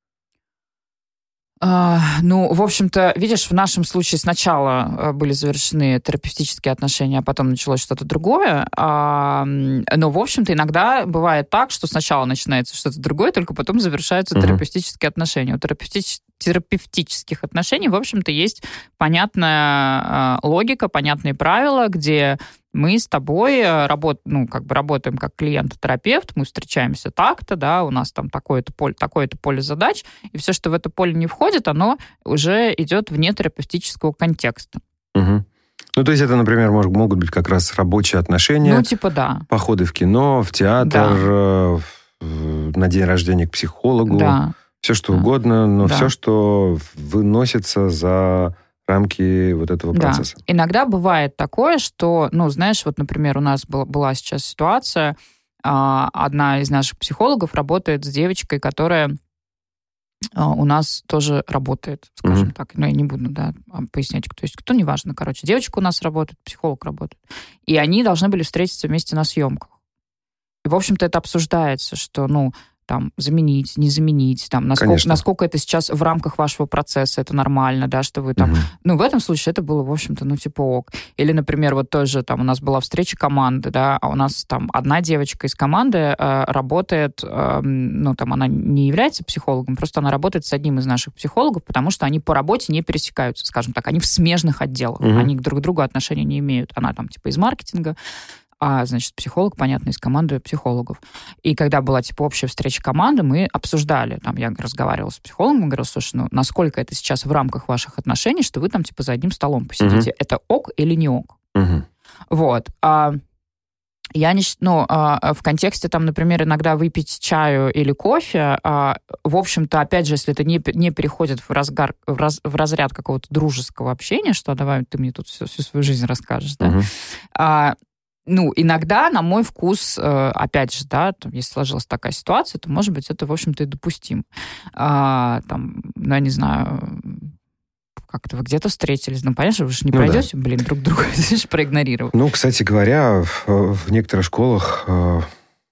А, ну, в общем-то, видишь, в нашем случае сначала э, были завершены терапевтические отношения, а потом началось что-то другое. А, м, но, в общем-то, иногда бывает так, что сначала начинается что-то другое, только потом завершаются Мгм. терапевтические отношения. У терапевтич- терапевтических отношений, в общем-то, есть понятная э, логика, понятные правила, где мы с тобой работ, ну, как бы работаем как клиент-терапевт, мы встречаемся так-то, да, у нас там такое-то поле, такое-то поле задач, и все, что в это поле не входит, оно уже идет вне терапевтического контекста. Угу. Ну, то есть это, например, мож- могут быть как раз рабочие отношения, Ну, типа, да. походы в кино, в театр, Да. э, в- на день рождения к психологу, Да. все что Да. угодно, но Да. все, что выносится за рамки вот этого Да. процесса. Иногда бывает такое, что, ну, знаешь, вот, например, у нас была, была сейчас ситуация, а, одна из наших психологов работает с девочкой, которая а, у нас тоже работает, скажем Мгм. так. Ну, я не буду, да, а, пояснять, кто есть кто, неважно, короче. Девочка у нас работает, психолог работает. И они должны были встретиться вместе на съемках. И, в общем-то, это обсуждается, что, ну, там, заменить, не заменить, там, насколько, Конечно. насколько это сейчас в рамках вашего процесса, это нормально, да, что вы там... Мгм. Ну, в этом случае это было, в общем-то, ну, типа ок. Или, например, вот тоже там у нас была встреча команды, да, а у нас там одна девочка из команды э, работает, э, ну, там, она не является психологом, просто она работает с одним из наших психологов, потому что они по работе не пересекаются, скажем так, они в смежных отделах, Мгм. они друг к другу отношения не имеют. Она там, типа, из маркетинга, а, значит, психолог, понятно, из команды психологов. И когда была, типа, общая встреча команды, мы обсуждали, там, я разговаривала с психологом, говорила, слушай, ну, насколько это сейчас в рамках ваших отношений, что вы там, типа, за одним столом посидите. Мгм. Это ок или не ок? Мгм. Вот. А я не... щ- Ну, а, в контексте, там, например, иногда выпить чаю или кофе, а, в общем-то, опять же, если это не, пе- не переходит в, разгар, в, раз- в разряд какого-то дружеского общения, что давай ты мне тут всю, всю свою жизнь расскажешь, да, Мгм. а, ну, иногда, на мой вкус, э, опять же, да, там, если сложилась такая ситуация, то, может быть, это, в общем-то, и допустимо. А, там, ну, я не знаю, как-то вы где-то встретились, ну, понятно, вы же не Ну да. пройдете, блин, друг друга знаешь, проигнорировать. Ну, кстати говоря, в, в некоторых школах э,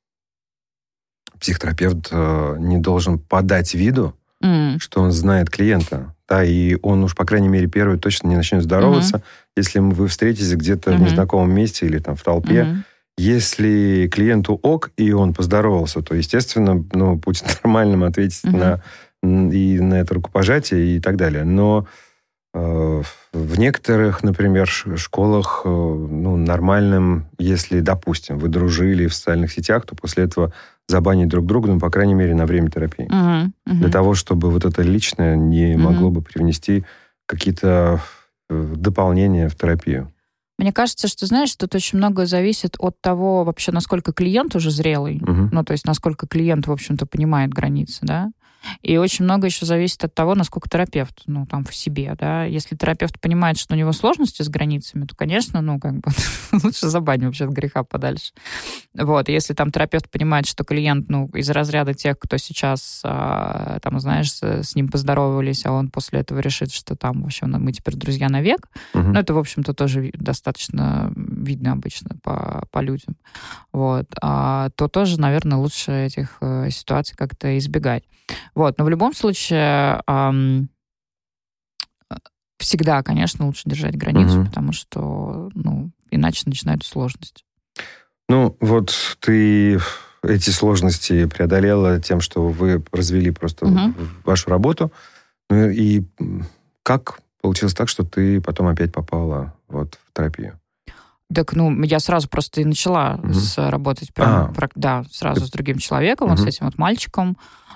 психотерапевт э, не должен подать виду, М, что он знает клиента. Да, и он уж, по крайней мере, первый точно не начнет здороваться, если вы встретитесь где-то в Мгм. незнакомом месте или там в толпе. мгм. Если клиенту ок, и он поздоровался, то, естественно, ну, будет нормальным ответить Мгм. на, м, и на это рукопожатие и так далее. Но э, в некоторых, например, ш- школах э, ну, нормальным, если, допустим, вы дружили в социальных сетях, то после этого забанить друг друга, ну, по крайней мере, на время терапии. Мгм, мгм. Для того, чтобы вот это личное не Мгм. могло бы привнести какие-то э, дополнения в терапию. Мне кажется, что, знаешь, тут очень многое зависит от того, вообще, насколько клиент уже зрелый, Мгм. ну, то есть насколько клиент, в общем-то, понимает границы, да, и очень много еще зависит от того, насколько терапевт, ну, там, в себе, да. Если терапевт понимает, что у него сложности с границами, то, конечно, ну, как бы лучше забанить вообще от греха подальше. Вот, если там терапевт понимает, что клиент, ну, из разряда тех, кто сейчас, а, там, знаешь, с, с ним поздоровались, а он после этого решит, что там, в общем, мы теперь друзья навек, Мгм. ну, это, в общем-то, тоже ви- достаточно видно обычно по, по людям. Вот. А, то тоже, наверное, лучше этих э, ситуаций как-то избегать. Вот. Но в любом случае, ам, э, всегда, конечно, лучше держать границу, Мгм. потому что, ну, иначе начинаются сложности. Ну, вот ты эти сложности преодолела тем, что вы развели просто Мгм. в- вашу работу. Ну, и м, как получилось так, что ты потом опять попала вот в терапию? Так, ну, я сразу просто и начала Мгм. с, работать прям, А. прак- да, сразу Ты- с другим человеком, вот с Мгм. этим вот мальчиком.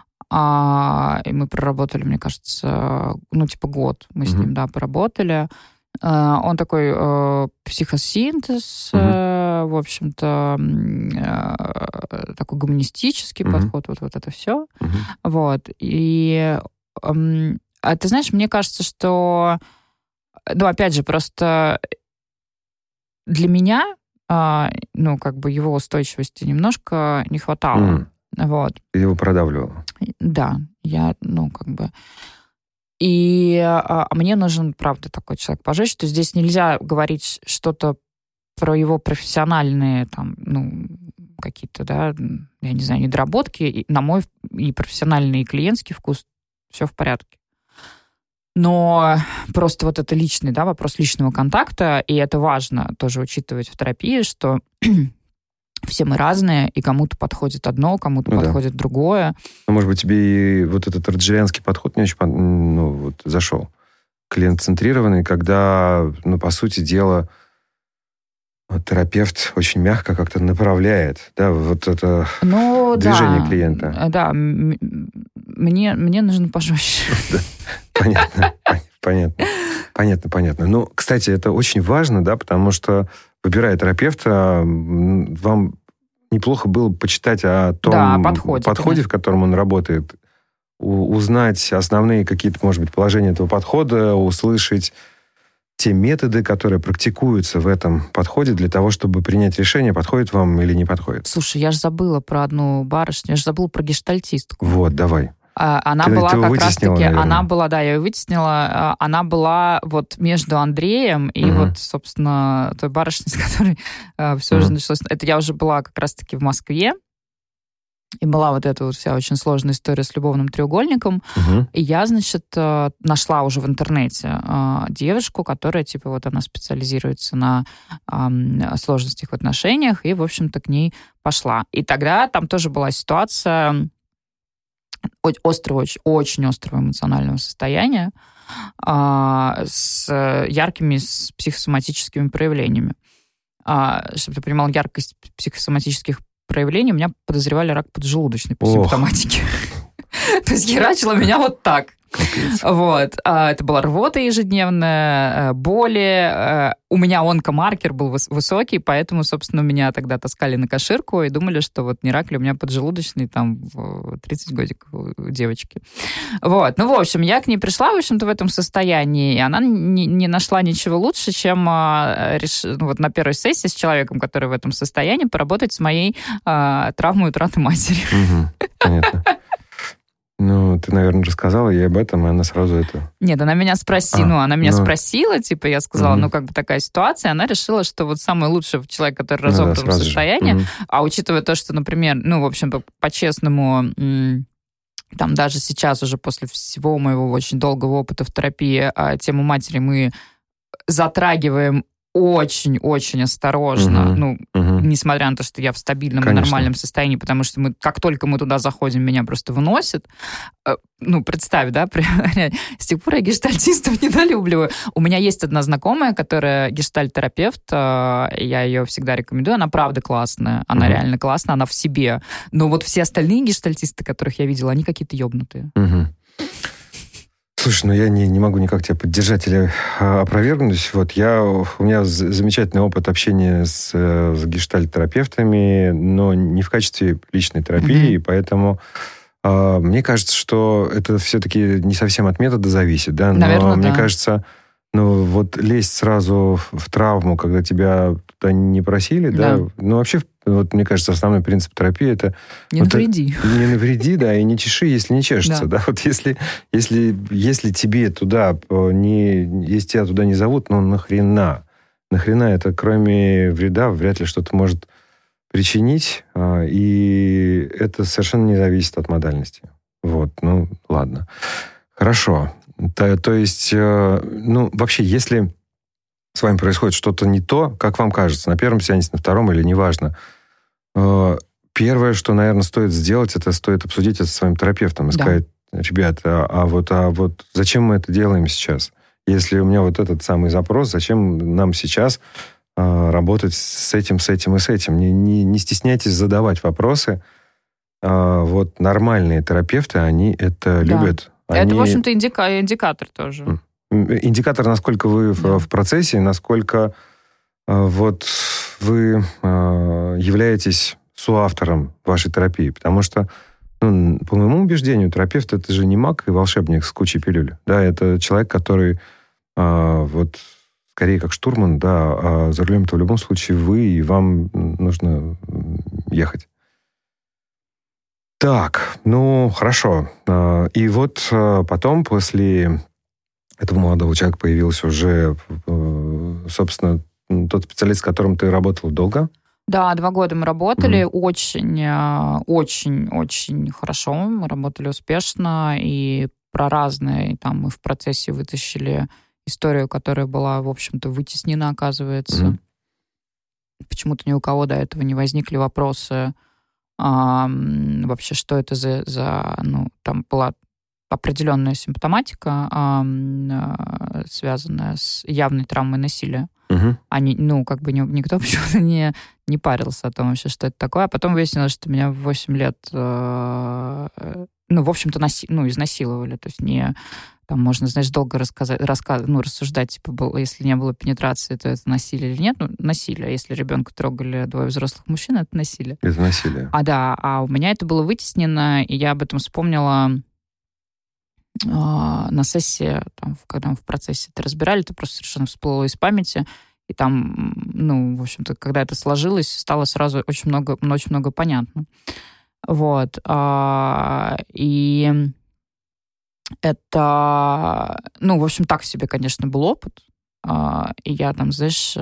А, и мы проработали, мне кажется, ну, типа год мы с Мгм. ним, да, поработали. А, он такой э, психосинтез, Мгм. э, в общем-то, м, э, такой гуманистический Мгм. подход, вот, вот это все. Мгм. Вот. И м, а ты знаешь, мне кажется, что, ну, опять же, просто для меня, а, ну, как бы его устойчивости немножко не хватало. М. Вот. Ты его продавливала? Да, я, ну, как бы... И а, мне нужен, правда, такой человек пожестче, что здесь нельзя говорить что-то про его профессиональные, там, ну, какие-то, да, я не знаю, недоработки. И, на мой и профессиональный, и клиентский вкус все в порядке. Но просто вот это личный, да, вопрос личного контакта, и это важно тоже учитывать в терапии, что все мы разные, и кому-то подходит одно, кому-то ну, подходит да. другое. Ну, может быть, тебе и вот этот роджерианский подход не очень ну, вот, зашел. Клиент-центрированный, когда, ну, по сути дела, вот, терапевт очень мягко как-то направляет, да, вот это ну, движение да, клиента. Да, мне, мне нужно пожестче. Понятно, понятно. Понятно, понятно. Ну, кстати, это очень важно, да, потому что, выбирая терапевта, вам неплохо было почитать о том да, подходе, подходе в котором он работает, узнать основные какие-то, может быть, положения этого подхода, услышать те методы, которые практикуются в этом подходе для того, чтобы принять решение, подходит вам или не подходит. Слушай, я же забыла про одну барышню, я же забыла про гештальтистку. Вот, давай. Она ты, была ты как раз-таки, наверное. она была, да, я ее вытеснила, она была вот между Андреем и угу. вот, собственно, той барышней, с которой все угу. же началось. Это я уже была как раз-таки в Москве, и была вот эта вот вся очень сложная история с любовным треугольником. Угу. И я, значит, нашла уже в интернете девушку, которая, типа, вот она специализируется на сложностях в отношениях, и, в общем-то, к ней пошла. И тогда там тоже была ситуация острого, очень, очень острого эмоционального состояния с яркими с психосоматическими проявлениями. Чтобы ты понимал, яркость психосоматических проявлений, у меня подозревали рак поджелудочной по симптоматике. То есть херачило меня вот так. Капец. Вот. Это была рвота ежедневная, боли. У меня онкомаркер был высокий, поэтому, собственно, меня тогда таскали на каширку и думали, что вот не рак ли у меня поджелудочный, там, в тридцать годиков у девочки. Вот. Ну, в общем, я к ней пришла, в общем-то, в этом состоянии, и она не, не нашла ничего лучше, чем реш... ну, вот на первой сессии с человеком, который в этом состоянии, поработать с моей а, травмой утраты матери. Угу. Понятно. Ну, ты, наверное, рассказала ей об этом, и она сразу это... Нет, она меня спросила, а, ну, она меня ну... спросила, типа, я сказала, угу. ну, как бы такая ситуация, она решила, что вот самый лучший человек, который разобран ну, да, в состоянии, угу. а учитывая то, что, например, ну, в общем, по-честному, там даже сейчас уже после всего моего очень долгого опыта в терапии тему матери мы затрагиваем очень-очень осторожно, угу, ну, угу. несмотря на то, что я в стабильном Конечно. и нормальном состоянии, потому что мы, как только мы туда заходим, меня просто выносит. Ну, представь, да, с тех пор я гештальтистов недолюбливаю. У меня есть одна знакомая, которая гештальт-терапевт, я ее всегда рекомендую, она правда классная, она угу. реально классная, она в себе. Но вот все остальные гештальтисты, которых я видела, они какие-то ёбнутые. Угу. Слушай, ну я не, не могу никак тебя поддержать или а, опровергнуть. Вот я, у меня замечательный опыт общения с, с гештальт-терапевтами, но не в качестве личной терапии, mm-hmm. поэтому а, мне кажется, что это все-таки не совсем от метода зависит, да? Но Наверное, мне да. кажется, ну вот лезть сразу в, в травму, когда тебя туда не просили, да, да? Ну вообще, вот мне кажется, основной принцип терапии это... Не вот навреди. Это, не навреди, да, и не чеши, если не чешется, да. да? Вот если, если, если тебе туда не... Если тебя туда не зовут, ну нахрена? Нахрена это, кроме вреда, вряд ли что-то может причинить, и это совершенно не зависит от модальности. Вот, ну, ладно. Хорошо. То, то есть, ну, вообще, если с вами происходит что-то не то, как вам кажется, на первом сеансе, на втором или неважно, первое, что, наверное, стоит сделать, это стоит обсудить это со своим терапевтом и да. сказать, ребята, а, а, вот, а вот зачем мы это делаем сейчас? Если у меня вот этот самый запрос, зачем нам сейчас а, работать с этим, с этим и с этим? Не, не, не стесняйтесь задавать вопросы. А, вот нормальные терапевты, они это да. любят. Они... Это, в общем-то, индика... индикатор тоже. Индикатор, насколько вы да. в, в процессе, насколько э, вот вы э, являетесь соавтором вашей терапии. Потому что, ну, по моему убеждению, терапевт — это же не маг и волшебник с кучей пилюль. Да, это человек, который э, вот скорее как штурман, да, а за рулем-то в любом случае вы, и вам нужно ехать. Так, ну, хорошо. И вот потом, после этого молодого человека, появился уже, собственно, тот специалист, с которым ты работала долго? Да, два года мы работали. Mm-hmm. Очень, очень, очень хорошо. Мы работали успешно. И про разные, там, мы в процессе вытащили историю, которая была, в общем-то, вытеснена, оказывается. Mm-hmm. Почему-то ни у кого до этого не возникли вопросы, а, вообще, что это за, за... Ну, там была определенная симптоматика, а, а, связанная с явной травмой насилия. Uh-huh. Они, ну, как бы никто почему-то не, не парился о том вообще, что это такое. А потом выяснилось, что меня в восемь лет, э, ну, в общем-то, наси, ну, изнасиловали. То есть не... Там можно, знаешь, долго рассказать, рассказ, ну, рассуждать, типа, был, если не было пенетрации, то это насилие или нет. Ну, насилие. Если ребенка трогали двое взрослых мужчин, это насилие. Это насилие. А, да. А у меня это было вытеснено, и я об этом вспомнила э, на сессии, там, когда мы в процессе это разбирали, это просто совершенно всплыло из памяти. И там, ну, в общем-то, когда это сложилось, стало сразу очень много, очень много понятно. Вот. А, и... Это, ну, в общем, так себе, конечно, был опыт. И я там, знаешь,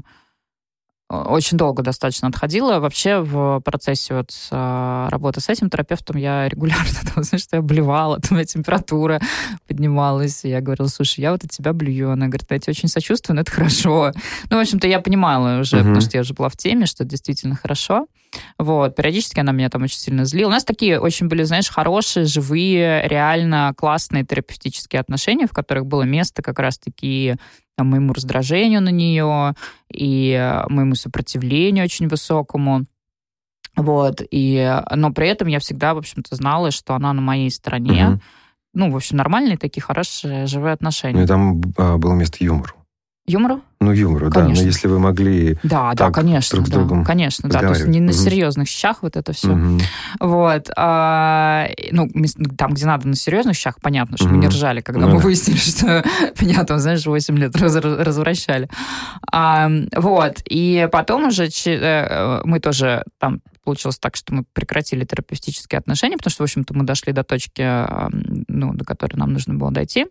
очень долго достаточно отходила. Вообще в процессе вот работы с этим терапевтом я регулярно, там, знаешь, что я блевала, там, у меня температура поднималась. И я говорила, слушай, я вот от тебя блюю. Она говорит, я тебе очень сочувствую, но это хорошо. Ну, в общем-то, я понимала уже, uh-huh. потому что я уже была в теме, что это действительно хорошо. Вот, периодически она меня там очень сильно злила. У нас такие очень были, знаешь, хорошие, живые, реально классные терапевтические отношения, в которых было место как раз-таки там, моему раздражению на нее и моему сопротивлению очень высокому. Вот, и, но при этом я всегда, в общем-то, знала, что она на моей стороне. Угу. Ну, в общем, нормальные такие хорошие, живые отношения. Ну, и там а, было место юмору. Юмору? Ну, юмору, конечно. Да. Но если вы могли да, так да, конечно, друг с да, другом конечно, да. То есть не на угу. серьезных щах вот это все. Угу. Вот. А, ну, там, где надо на серьезных щах, понятно, что угу. мы не ржали, когда ну, мы да. выяснили, что меня там, знаешь, восемь лет раз, развращали. А, вот. И потом уже мы тоже там получилось так, что мы прекратили терапевтические отношения, потому что, в общем-то, мы дошли до точки, ну, до которой нам нужно было дойти.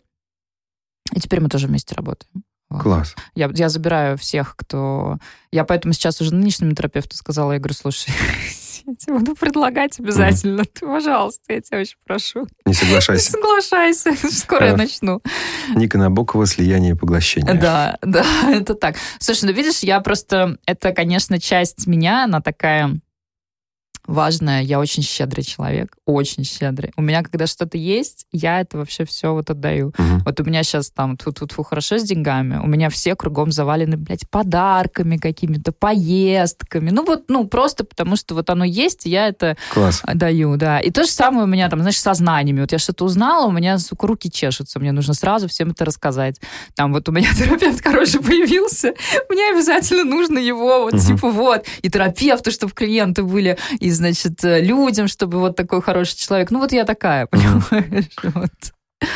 И теперь мы тоже вместе работаем. Класс. Я, я забираю всех, кто... Я поэтому сейчас уже нынешнему терапевту сказала, я говорю, слушай, я тебе буду предлагать обязательно. Mm. Ты, пожалуйста, я тебя очень прошу. Не соглашайся. Не соглашайся. Скоро я начну. Ника Набокова, «Слияние и поглощение». Да, да, это так. Слушай, ну видишь, я просто... Это, конечно, часть меня, она такая... важное, я очень щедрый человек, очень щедрый. У меня, когда что-то есть, я это вообще все вот отдаю. Uh-huh. Вот у меня сейчас там тут-тут хорошо с деньгами, у меня все кругом завалены, блядь, подарками какими-то, поездками. Ну вот, ну просто потому, что вот оно есть, я это Класс. даю, да. И то же самое у меня там, знаешь, со знаниями. Вот я что-то узнала, у меня, сука, руки чешутся, мне нужно сразу всем это рассказать. Там вот у меня терапевт, короче, появился, мне обязательно нужно его, вот uh-huh. типа вот, и терапевту, чтобы клиенты были, и значит, людям, чтобы вот такой хороший человек. Ну, вот я такая, понимаешь? Mm. Вот.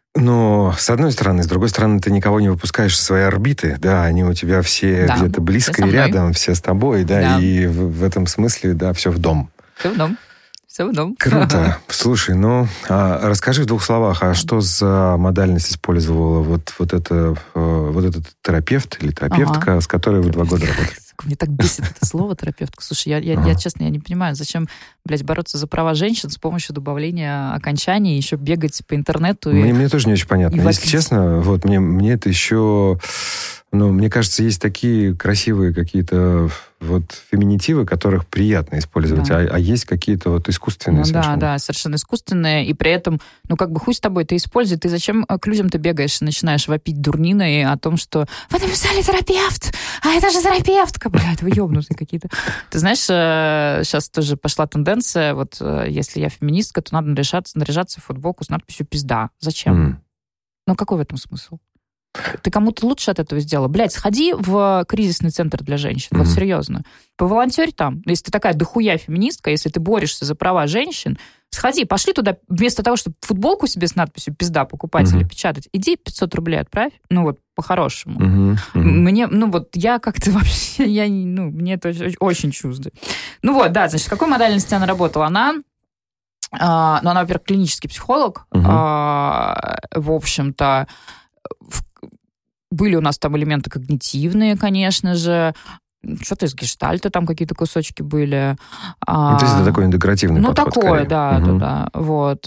Ну, с одной стороны. С другой стороны, ты никого не выпускаешь из своей орбиты, да, они у тебя все да, где-то близко и рядом, все с тобой, да, да. и в, в этом смысле, да, все в дом. Все в дом. Все в дом. Круто. Слушай, ну, а расскажи в двух словах, а что за модальность использовала вот, вот, это, вот этот терапевт или терапевтка, ага. с которой вы два года работали? Мне так бесит это слово терапевтка. Слушай, я, я, ага. я честно, я не понимаю, зачем, блядь, бороться за права женщин с помощью добавления окончаний, еще бегать по интернету. Мне, и, мне тоже не очень понятно. Если вопить. Честно, вот мне, мне это еще... Ну, мне кажется, есть такие красивые какие-то вот феминитивы, которых приятно использовать, да. а, а есть какие-то вот искусственные ну, совершенно. Да, да, совершенно искусственные, и при этом, ну, как бы хуй с тобой, ты используй, ты зачем к людям ты бегаешь и начинаешь вопить дурниной о том, что вы написали терапевт, а это же терапевтка, блядь, вы ёбнутые какие-то. Ты знаешь, сейчас тоже пошла тенденция, вот если я феминистка, то надо наряжаться, наряжаться в футболку с надписью «пизда». Зачем? Mm. Ну, какой в этом смысл? Ты кому-то лучше от этого сделала. Блядь, сходи в кризисный центр для женщин. Mm-hmm. Вот серьезно. Поволонтерь там. Если ты такая дохуя феминистка, если ты борешься за права женщин, сходи, пошли туда, вместо того, чтобы футболку себе с надписью «пизда» покупать mm-hmm. или печатать, иди пятьсот рублей отправь. Ну вот, по-хорошему. Mm-hmm. Mm-hmm. Мне, ну вот, я как-то вообще, я, ну, мне это очень чуждо. Ну вот, да, значит, в какой модальности она работала? Она А, ну, она, во-первых, клинический психолог. Угу. А, в общем-то, в, были у нас там элементы когнитивные, конечно же. Что-то из гештальта там какие-то кусочки были. Ну, то есть это такой интегративный ну, подход. Ну, такое, скорее. да, угу. да, да. Вот.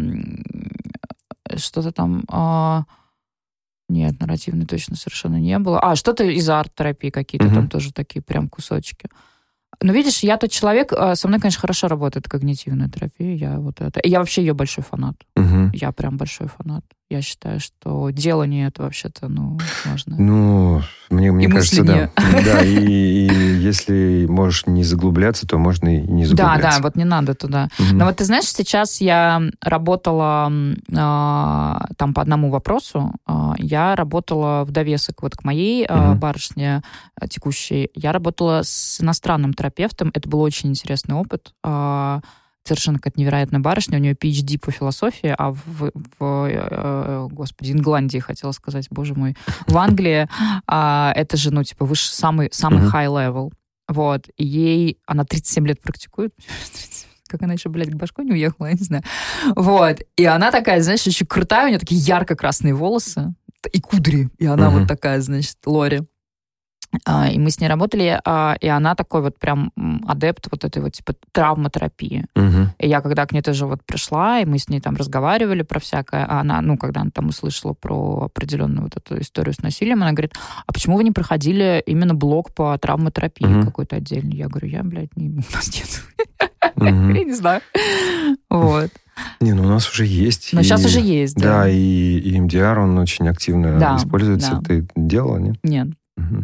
Что-то там... Нет, нарративный точно совершенно не было. А, что-то из арт-терапии какие-то угу. там тоже такие прям кусочки. Ну, видишь, я тот человек, со мной, конечно, хорошо работает когнитивная терапия. Я вот это... Я вообще ее большой фанат. Угу. Я прям большой фанат. Я считаю, что делание это вообще-то, ну, важно. Ну, мне, мне и кажется, мысление. да. Да, и, и если можешь не заглубляться, то можно и не заглубляться. Да, да, вот не надо туда. Mm-hmm. Но вот ты знаешь, сейчас я работала э, там по одному вопросу, э, я работала в довесок вот к моей э, mm-hmm. барышне э, текущей, я работала с иностранным терапевтом, это был очень интересный опыт. Э, Совершенно какая-то невероятная барышня. У нее пи эйч ди по философии, а в, в э, господи, Ингландии, хотела сказать, боже мой, в Англии а, это же, ну, типа, выше, самый, самый uh-huh. high level. Вот. И ей, она тридцать семь лет практикует. Как она еще, блядь, к башку не уехала, я не знаю. Вот. И она такая, знаешь, очень крутая, у нее такие ярко-красные волосы и кудри. И она uh-huh. вот такая, значит, Лори. И мы с ней работали, и она такой вот прям адепт вот этой вот типа травматерапии. Uh-huh. И я когда к ней тоже вот пришла, и мы с ней там разговаривали про всякое, а она, ну, когда она там услышала про определенную вот эту историю с насилием, она говорит, а почему вы не проходили именно блок по травматерапии uh-huh. какой-то отдельный? Я говорю, я, блядь, не, у нас нет. Uh-huh. Я не знаю. Вот. Не, ну у нас уже есть. Но и, сейчас уже есть, да. Да, и, и эм ди ар, он очень активно да, используется. Да. Ты делала, нет? Нет. Угу.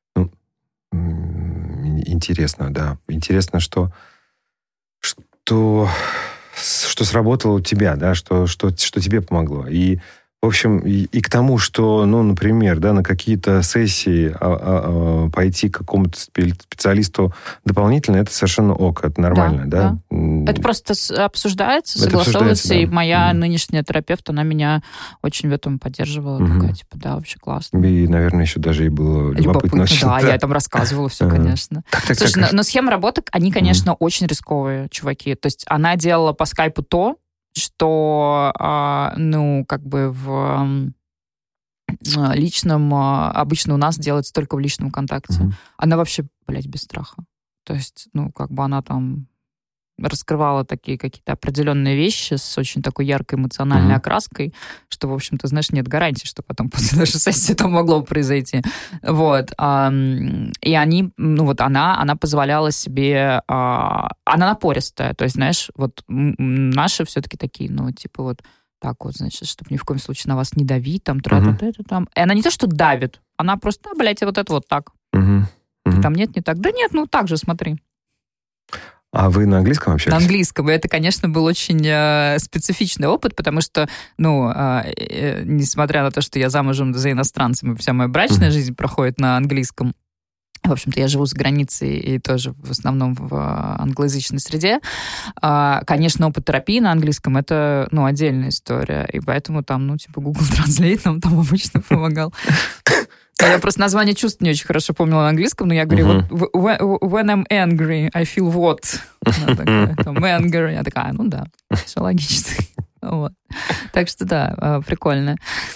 Интересно, да. Интересно, что, что, что сработало у тебя, да, что, что, что тебе помогло. И, в общем, и, и к тому, что, ну, например, да, на какие-то сессии а, а, а, пойти к какому-то специалисту дополнительно, это совершенно ок, это нормально, да? да? да. Это просто обсуждается, это согласовывается, да. и моя mm. нынешняя терапевт, она меня очень в этом поддерживала, mm-hmm. такая, типа, да, вообще классно. И, наверное, еще даже и было любопытно. Любопытно, да, я там рассказывала все, конечно. Так, так, Слушай, так, но, но схемы работы, они, конечно, mm. очень рисковые, чуваки. То есть она делала по скайпу то, что, ну, как бы в личном, обычно у нас делается только в личном контакте. Mm-hmm. Она вообще, блядь, без страха. То есть, ну, как бы она там раскрывала такие какие-то определенные вещи с очень такой яркой эмоциональной mm-hmm. окраской, что, в общем-то, знаешь, нет гарантии, что потом после нашей сессии это могло произойти. Вот. И они, ну вот она, она позволяла себе... Она напористая. То есть, знаешь, вот наши все-таки такие, ну, типа вот так вот, значит, чтобы ни в коем случае на вас не давить, там, тра-та-та-та, там. И она не то, что давит, она просто, да, блядь, вот это вот так. Mm-hmm. Mm-hmm. И там нет, не так. Да нет, ну так же, смотри. А вы на английском общались? На английском. И это, конечно, был очень э, специфичный опыт, потому что, ну, э, э, несмотря на то, что я замужем за иностранцем, и вся моя брачная mm-hmm. жизнь проходит на английском, в общем-то, я живу за границей и тоже в основном в англоязычной среде. Э, конечно, опыт терапии на английском — это, ну, отдельная история. И поэтому там, ну, типа, Google Translate нам там обычно помогал. Я просто название чувств не очень хорошо помнила на английском, но я говорю, uh-huh. вот, when I'm angry, I feel what? Она такая, там, anger. Я такая, ну да, все логично. Вот. Так что да, прикольно.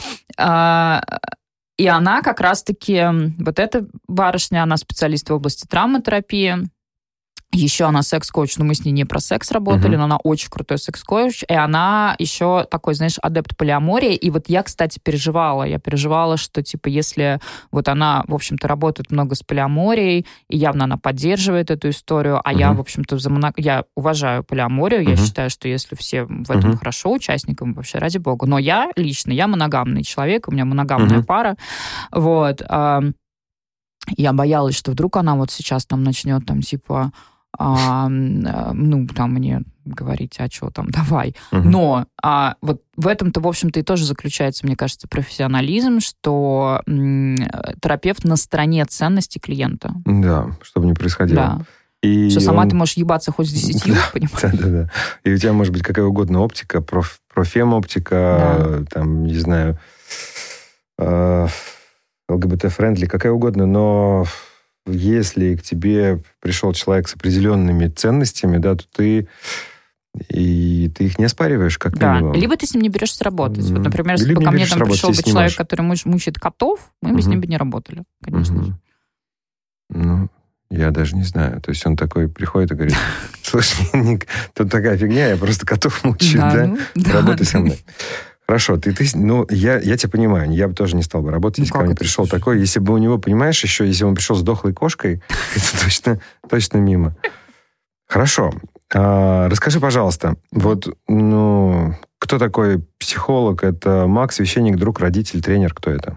И она как раз-таки, вот эта барышня, она специалист в области травматерапии. Еще она секс-коуч, но мы с ней не про секс работали, uh-huh. но она очень крутой секс-коуч, и она еще такой, знаешь, адепт полиамории. И вот я, кстати, переживала, я переживала, что, типа, если вот она, в общем-то, работает много с полиаморией, и явно она поддерживает эту историю, а uh-huh. я, в общем-то, за моно... я уважаю полиаморию, uh-huh. я считаю, что если все в этом uh-huh. хорошо, участникам, вообще, ради бога. Но я лично, я моногамный человек, у меня моногамная uh-huh. пара, вот. Я боялась, что вдруг она вот сейчас там начнет, там, типа... А, ну, там мне говорить, а что там, давай. Uh-huh. Но а, вот в этом-то, в общем-то, и тоже заключается, мне кажется, профессионализм, что м, терапевт на стороне ценностей клиента. Да, чтобы не происходило. Да. И что сама он... ты можешь ебаться хоть с десятью, да, понимаешь? Да, да, да. И у тебя может быть какая угодно оптика, проф, профем-оптика, да. там, не знаю, э, ЛГБТ-френдли, какая угодно, но... Если к тебе пришел человек с определенными ценностями, да, то ты И ты их не оспариваешь, как да. минимум. Либо ты с ним не берешься работать. Mm-hmm. Вот, например, если Либо бы ко мне там работать, пришел бы человек, можешь. который муч- мучит котов, мы бы mm-hmm. с ним бы не работали, конечно mm-hmm. же. Ну, я даже не знаю. То есть он такой приходит и говорит, слушай, тут такая фигня, я просто котов мучаю, да? Работай со мной. Хорошо, ты, ты, ну, я, я тебя понимаю, я бы тоже не стал бы работать, ну, если ко мне пришел слушаешь? такой. Если бы у него, понимаешь, еще, если он пришел с дохлой кошкой, это точно, точно мимо. Хорошо. А, расскажи, пожалуйста, вот, ну, кто такой психолог? Это маг, священник, друг, родитель, тренер? Кто это?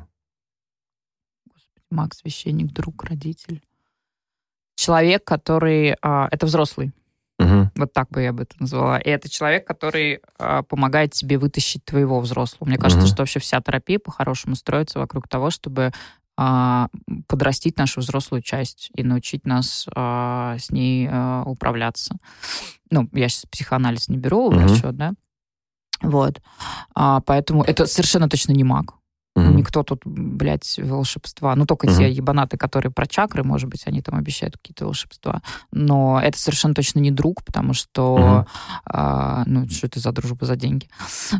Маг, священник, друг, родитель. Человек, который... А, это взрослый. Угу. Вот так бы я бы это назвала. И это человек, который а, помогает тебе вытащить твоего взрослого. Мне кажется, угу. что вообще вся терапия по-хорошему строится вокруг того, чтобы а, подрастить нашу взрослую часть и научить нас а, с ней а, управляться. Ну, я сейчас психоанализ не беру в угу. расчет, да? Вот. А, поэтому это совершенно точно не маг. Mm-hmm. Никто тут, блядь, волшебства. Ну, только mm-hmm. те ебанаты, которые про чакры, может быть, они там обещают какие-то волшебства. Но это совершенно точно не друг, потому что... Mm-hmm. А, ну, что это за дружба за деньги?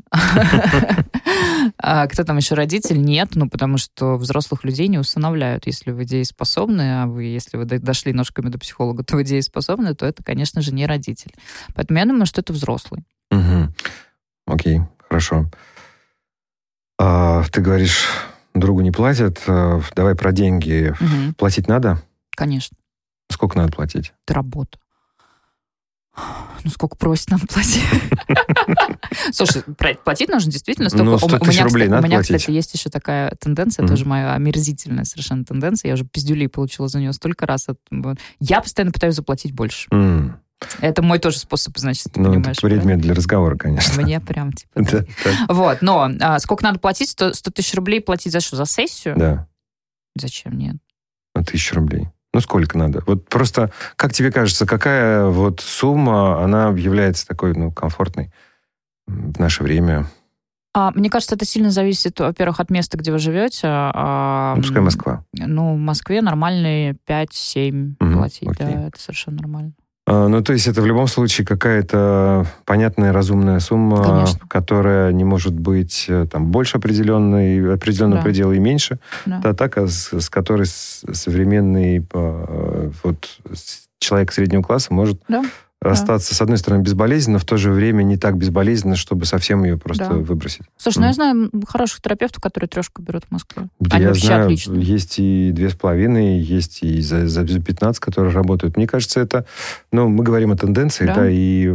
Кто там еще родитель? Нет, ну, потому что взрослых людей не усыновляют. Если вы дееспособны, а вы, если вы дошли ножками до психолога, то вы дееспособны, то это, конечно же, не родитель. Поэтому я думаю, что это взрослый. Окей, хорошо. А, ты говоришь, другу не платят. А, давай про деньги. Угу. Платить надо? Конечно. Сколько надо платить? Это работа. Ну, сколько просит, надо платить. Слушай, платить нужно действительно столько. Ну, сто тысяч рублей надо платить. У меня, кстати, есть еще такая тенденция, тоже моя омерзительная совершенно тенденция. Я уже пиздюлей получила за нее столько раз. Я постоянно пытаюсь заплатить больше. Это мой тоже способ, значит, ты ну, понимаешь. Это предмет правильно? Для разговора, конечно. Мне прям, типа... Да, да. Вот, но а, сколько надо платить? сто тысяч рублей платить за что? За сессию? Да. Зачем? Нет. На тысячу рублей. Ну, сколько надо? Вот просто, как тебе кажется, какая вот сумма, она является такой, ну, комфортной в наше время? А, мне кажется, это сильно зависит, во-первых, от места, где вы живете. А, ну, пускай Москва. Ну, в Москве нормальные пять-семь угу, платить, окей. Да, это совершенно нормально. Ну, то есть это в любом случае какая-то понятная, разумная сумма, конечно. Которая не может быть там больше определенной, определенного да. предела и меньше. Да. Та так, с, с которой современный вот, человек среднего класса может да. остаться, да. с одной стороны, безболезненно, но в то же время не так безболезненно, чтобы совсем ее просто да. выбросить. Слушай, mm. ну я знаю хороших терапевтов, которые трешку берут в Москве. Да, они я вообще знаю, отличные. Есть и две с половиной, есть и за, за пятнадцать, которые работают. Мне кажется, это... Ну, мы говорим о тенденции, да, да и...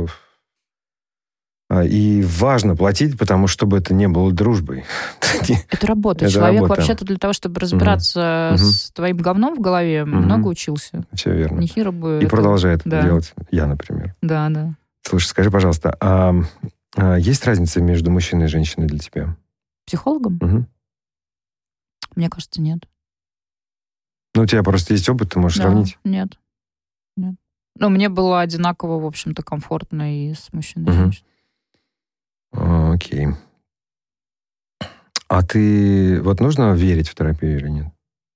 И важно платить, потому что чтобы это не было дружбой. Это работа. Это Человек работа. Вообще-то для того, чтобы разбираться угу. с твоим говном в голове, угу. много учился. Все верно. Нехиро бы и это... продолжает да. это делать. Я, например. Да, да. Слушай, скажи, пожалуйста, а, а есть разница между мужчиной и женщиной для тебя? Психологом? Угу. Мне кажется, нет. Ну, у тебя просто есть опыт, ты можешь да, сравнить? Нет. Нет. Ну, мне было одинаково, в общем-то, комфортно и с мужчиной, и с женщиной. О, окей. А ты... Вот нужно верить в терапию или нет?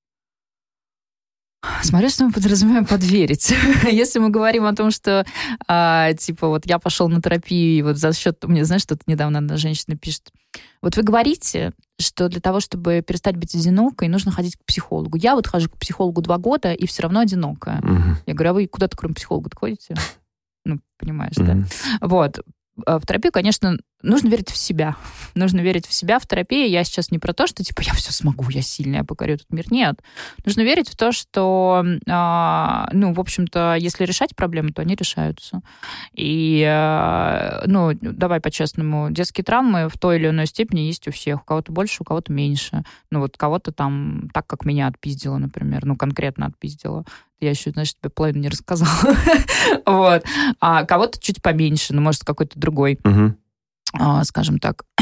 Смотря, что мы подразумеваем под верить. Если мы говорим о том, что, а, типа, вот я пошел на терапию, и вот за счет... Мне, знаешь, что-то недавно одна женщина пишет. Вот вы говорите, что для того, чтобы перестать быть одинокой, нужно ходить к психологу. Я вот хожу к психологу два года, и все равно одинокая. Угу. Я говорю, а вы куда-то кроме психолога ходите? Ну, понимаешь, угу. да? Вот. В терапию, конечно, нужно верить в себя. Нужно верить в себя в терапии. Я сейчас не про то, что, типа, я все смогу, я сильная, я покорю этот мир. Нет. Нужно верить в то, что, э, ну, в общем-то, если решать проблемы, то они решаются. И, э, ну, давай по-честному, детские травмы в той или иной степени есть у всех. У кого-то больше, у кого-то меньше. Ну, вот кого-то там, так как меня отпиздило, например, ну, конкретно отпиздило. Я еще, знаешь, тебе половину не рассказала. Вот. А кого-то чуть поменьше, ну, может, какой-то другой, uh-huh. а, скажем так,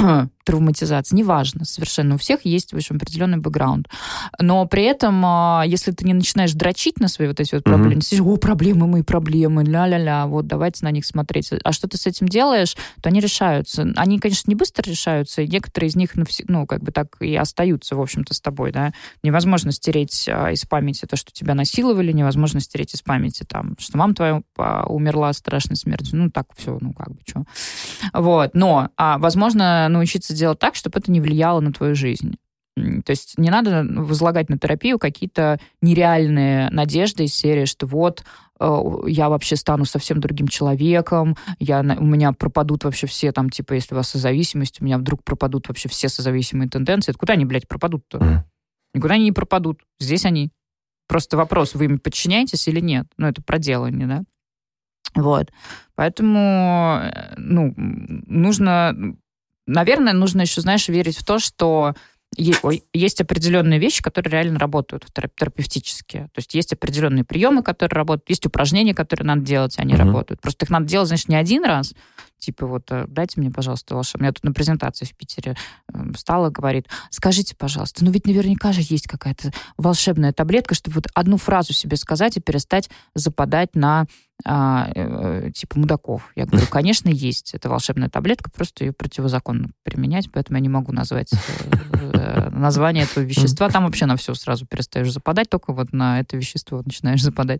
травматизации, неважно, совершенно. У всех есть, в общем, определенный бэкграунд. Но при этом, если ты не начинаешь дрочить на свои вот эти вот проблемы, mm-hmm. о, проблемы мои, проблемы, ля-ля-ля, вот давайте на них смотреть. А что ты с этим делаешь, то они решаются. Они, конечно, не быстро решаются, и некоторые из них, ну, как бы так и остаются, в общем-то, с тобой, да. Невозможно стереть из памяти то, что тебя насиловали, невозможно стереть из памяти, там, что мама твоя умерла страшной смертью. Ну, так все, ну, как бы, что. Вот. Но, а, возможно, научиться делать так, чтобы это не влияло на твою жизнь. То есть не надо возлагать на терапию какие-то нереальные надежды из серии, что вот я вообще стану совсем другим человеком, я, у меня пропадут вообще все там, типа, если у вас созависимость, у меня вдруг пропадут вообще все созависимые тенденции. Куда они, блядь, пропадут-то? Mm. Никуда они не пропадут. Здесь они. Просто вопрос, вы им подчиняетесь или нет? Ну, это проделание, да? Вот. Поэтому, ну, нужно... Наверное, нужно еще, знаешь, верить в то, что есть определенные вещи, которые реально работают терапевтически. То есть есть определенные приемы, которые работают, есть упражнения, которые надо делать, они mm-hmm. работают. Просто их надо делать, знаешь, не один раз. Типа вот, дайте мне, пожалуйста, волшебное. Я тут на презентации в Питере встала, говорит, скажите, пожалуйста, ну ведь наверняка же есть какая-то волшебная таблетка, чтобы вот одну фразу себе сказать и перестать западать на а, э, типа мудаков. Я говорю, конечно, есть. Это волшебная таблетка, просто ее противозаконно применять, поэтому я не могу назвать э, название этого вещества. Там вообще на все сразу перестаешь западать, только вот на это вещество начинаешь западать.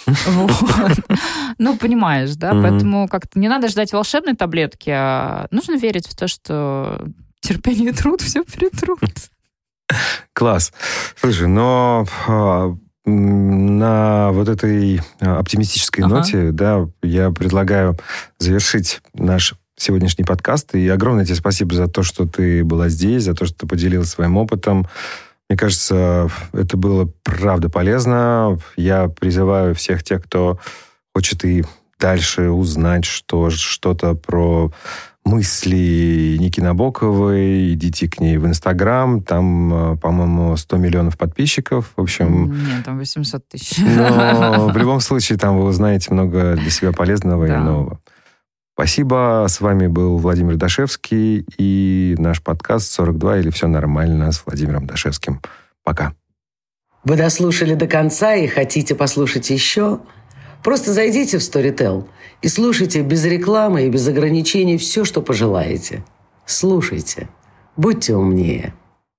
Ну, понимаешь, да? Поэтому как-то не надо ждать волшебной таблетки, а нужно верить в то, что терпение и труд все перетрут. Класс. Слушай, но на вот этой оптимистической ага. ноте, да, я предлагаю завершить наш сегодняшний подкаст. И огромное тебе спасибо за то, что ты была здесь, за то, что ты поделилась своим опытом. Мне кажется, это было правда полезно. Я призываю всех тех, кто хочет и дальше узнать что, что-то про мысли Ники Набоковой, идите к ней в Инстаграм, там, по-моему, сто миллионов подписчиков, в общем... Нет, там восемьсот тысяч. Но в любом случае, там вы узнаете много для себя полезного да. и нового. Спасибо, с вами был Владимир Дашевский и наш подкаст сорок два или «Все нормально» с Владимиром Дашевским. Пока. Вы дослушали до конца и хотите послушать еще? Просто зайдите в Storytel и слушайте без рекламы и без ограничений все, что пожелаете. Слушайте. Будьте умнее.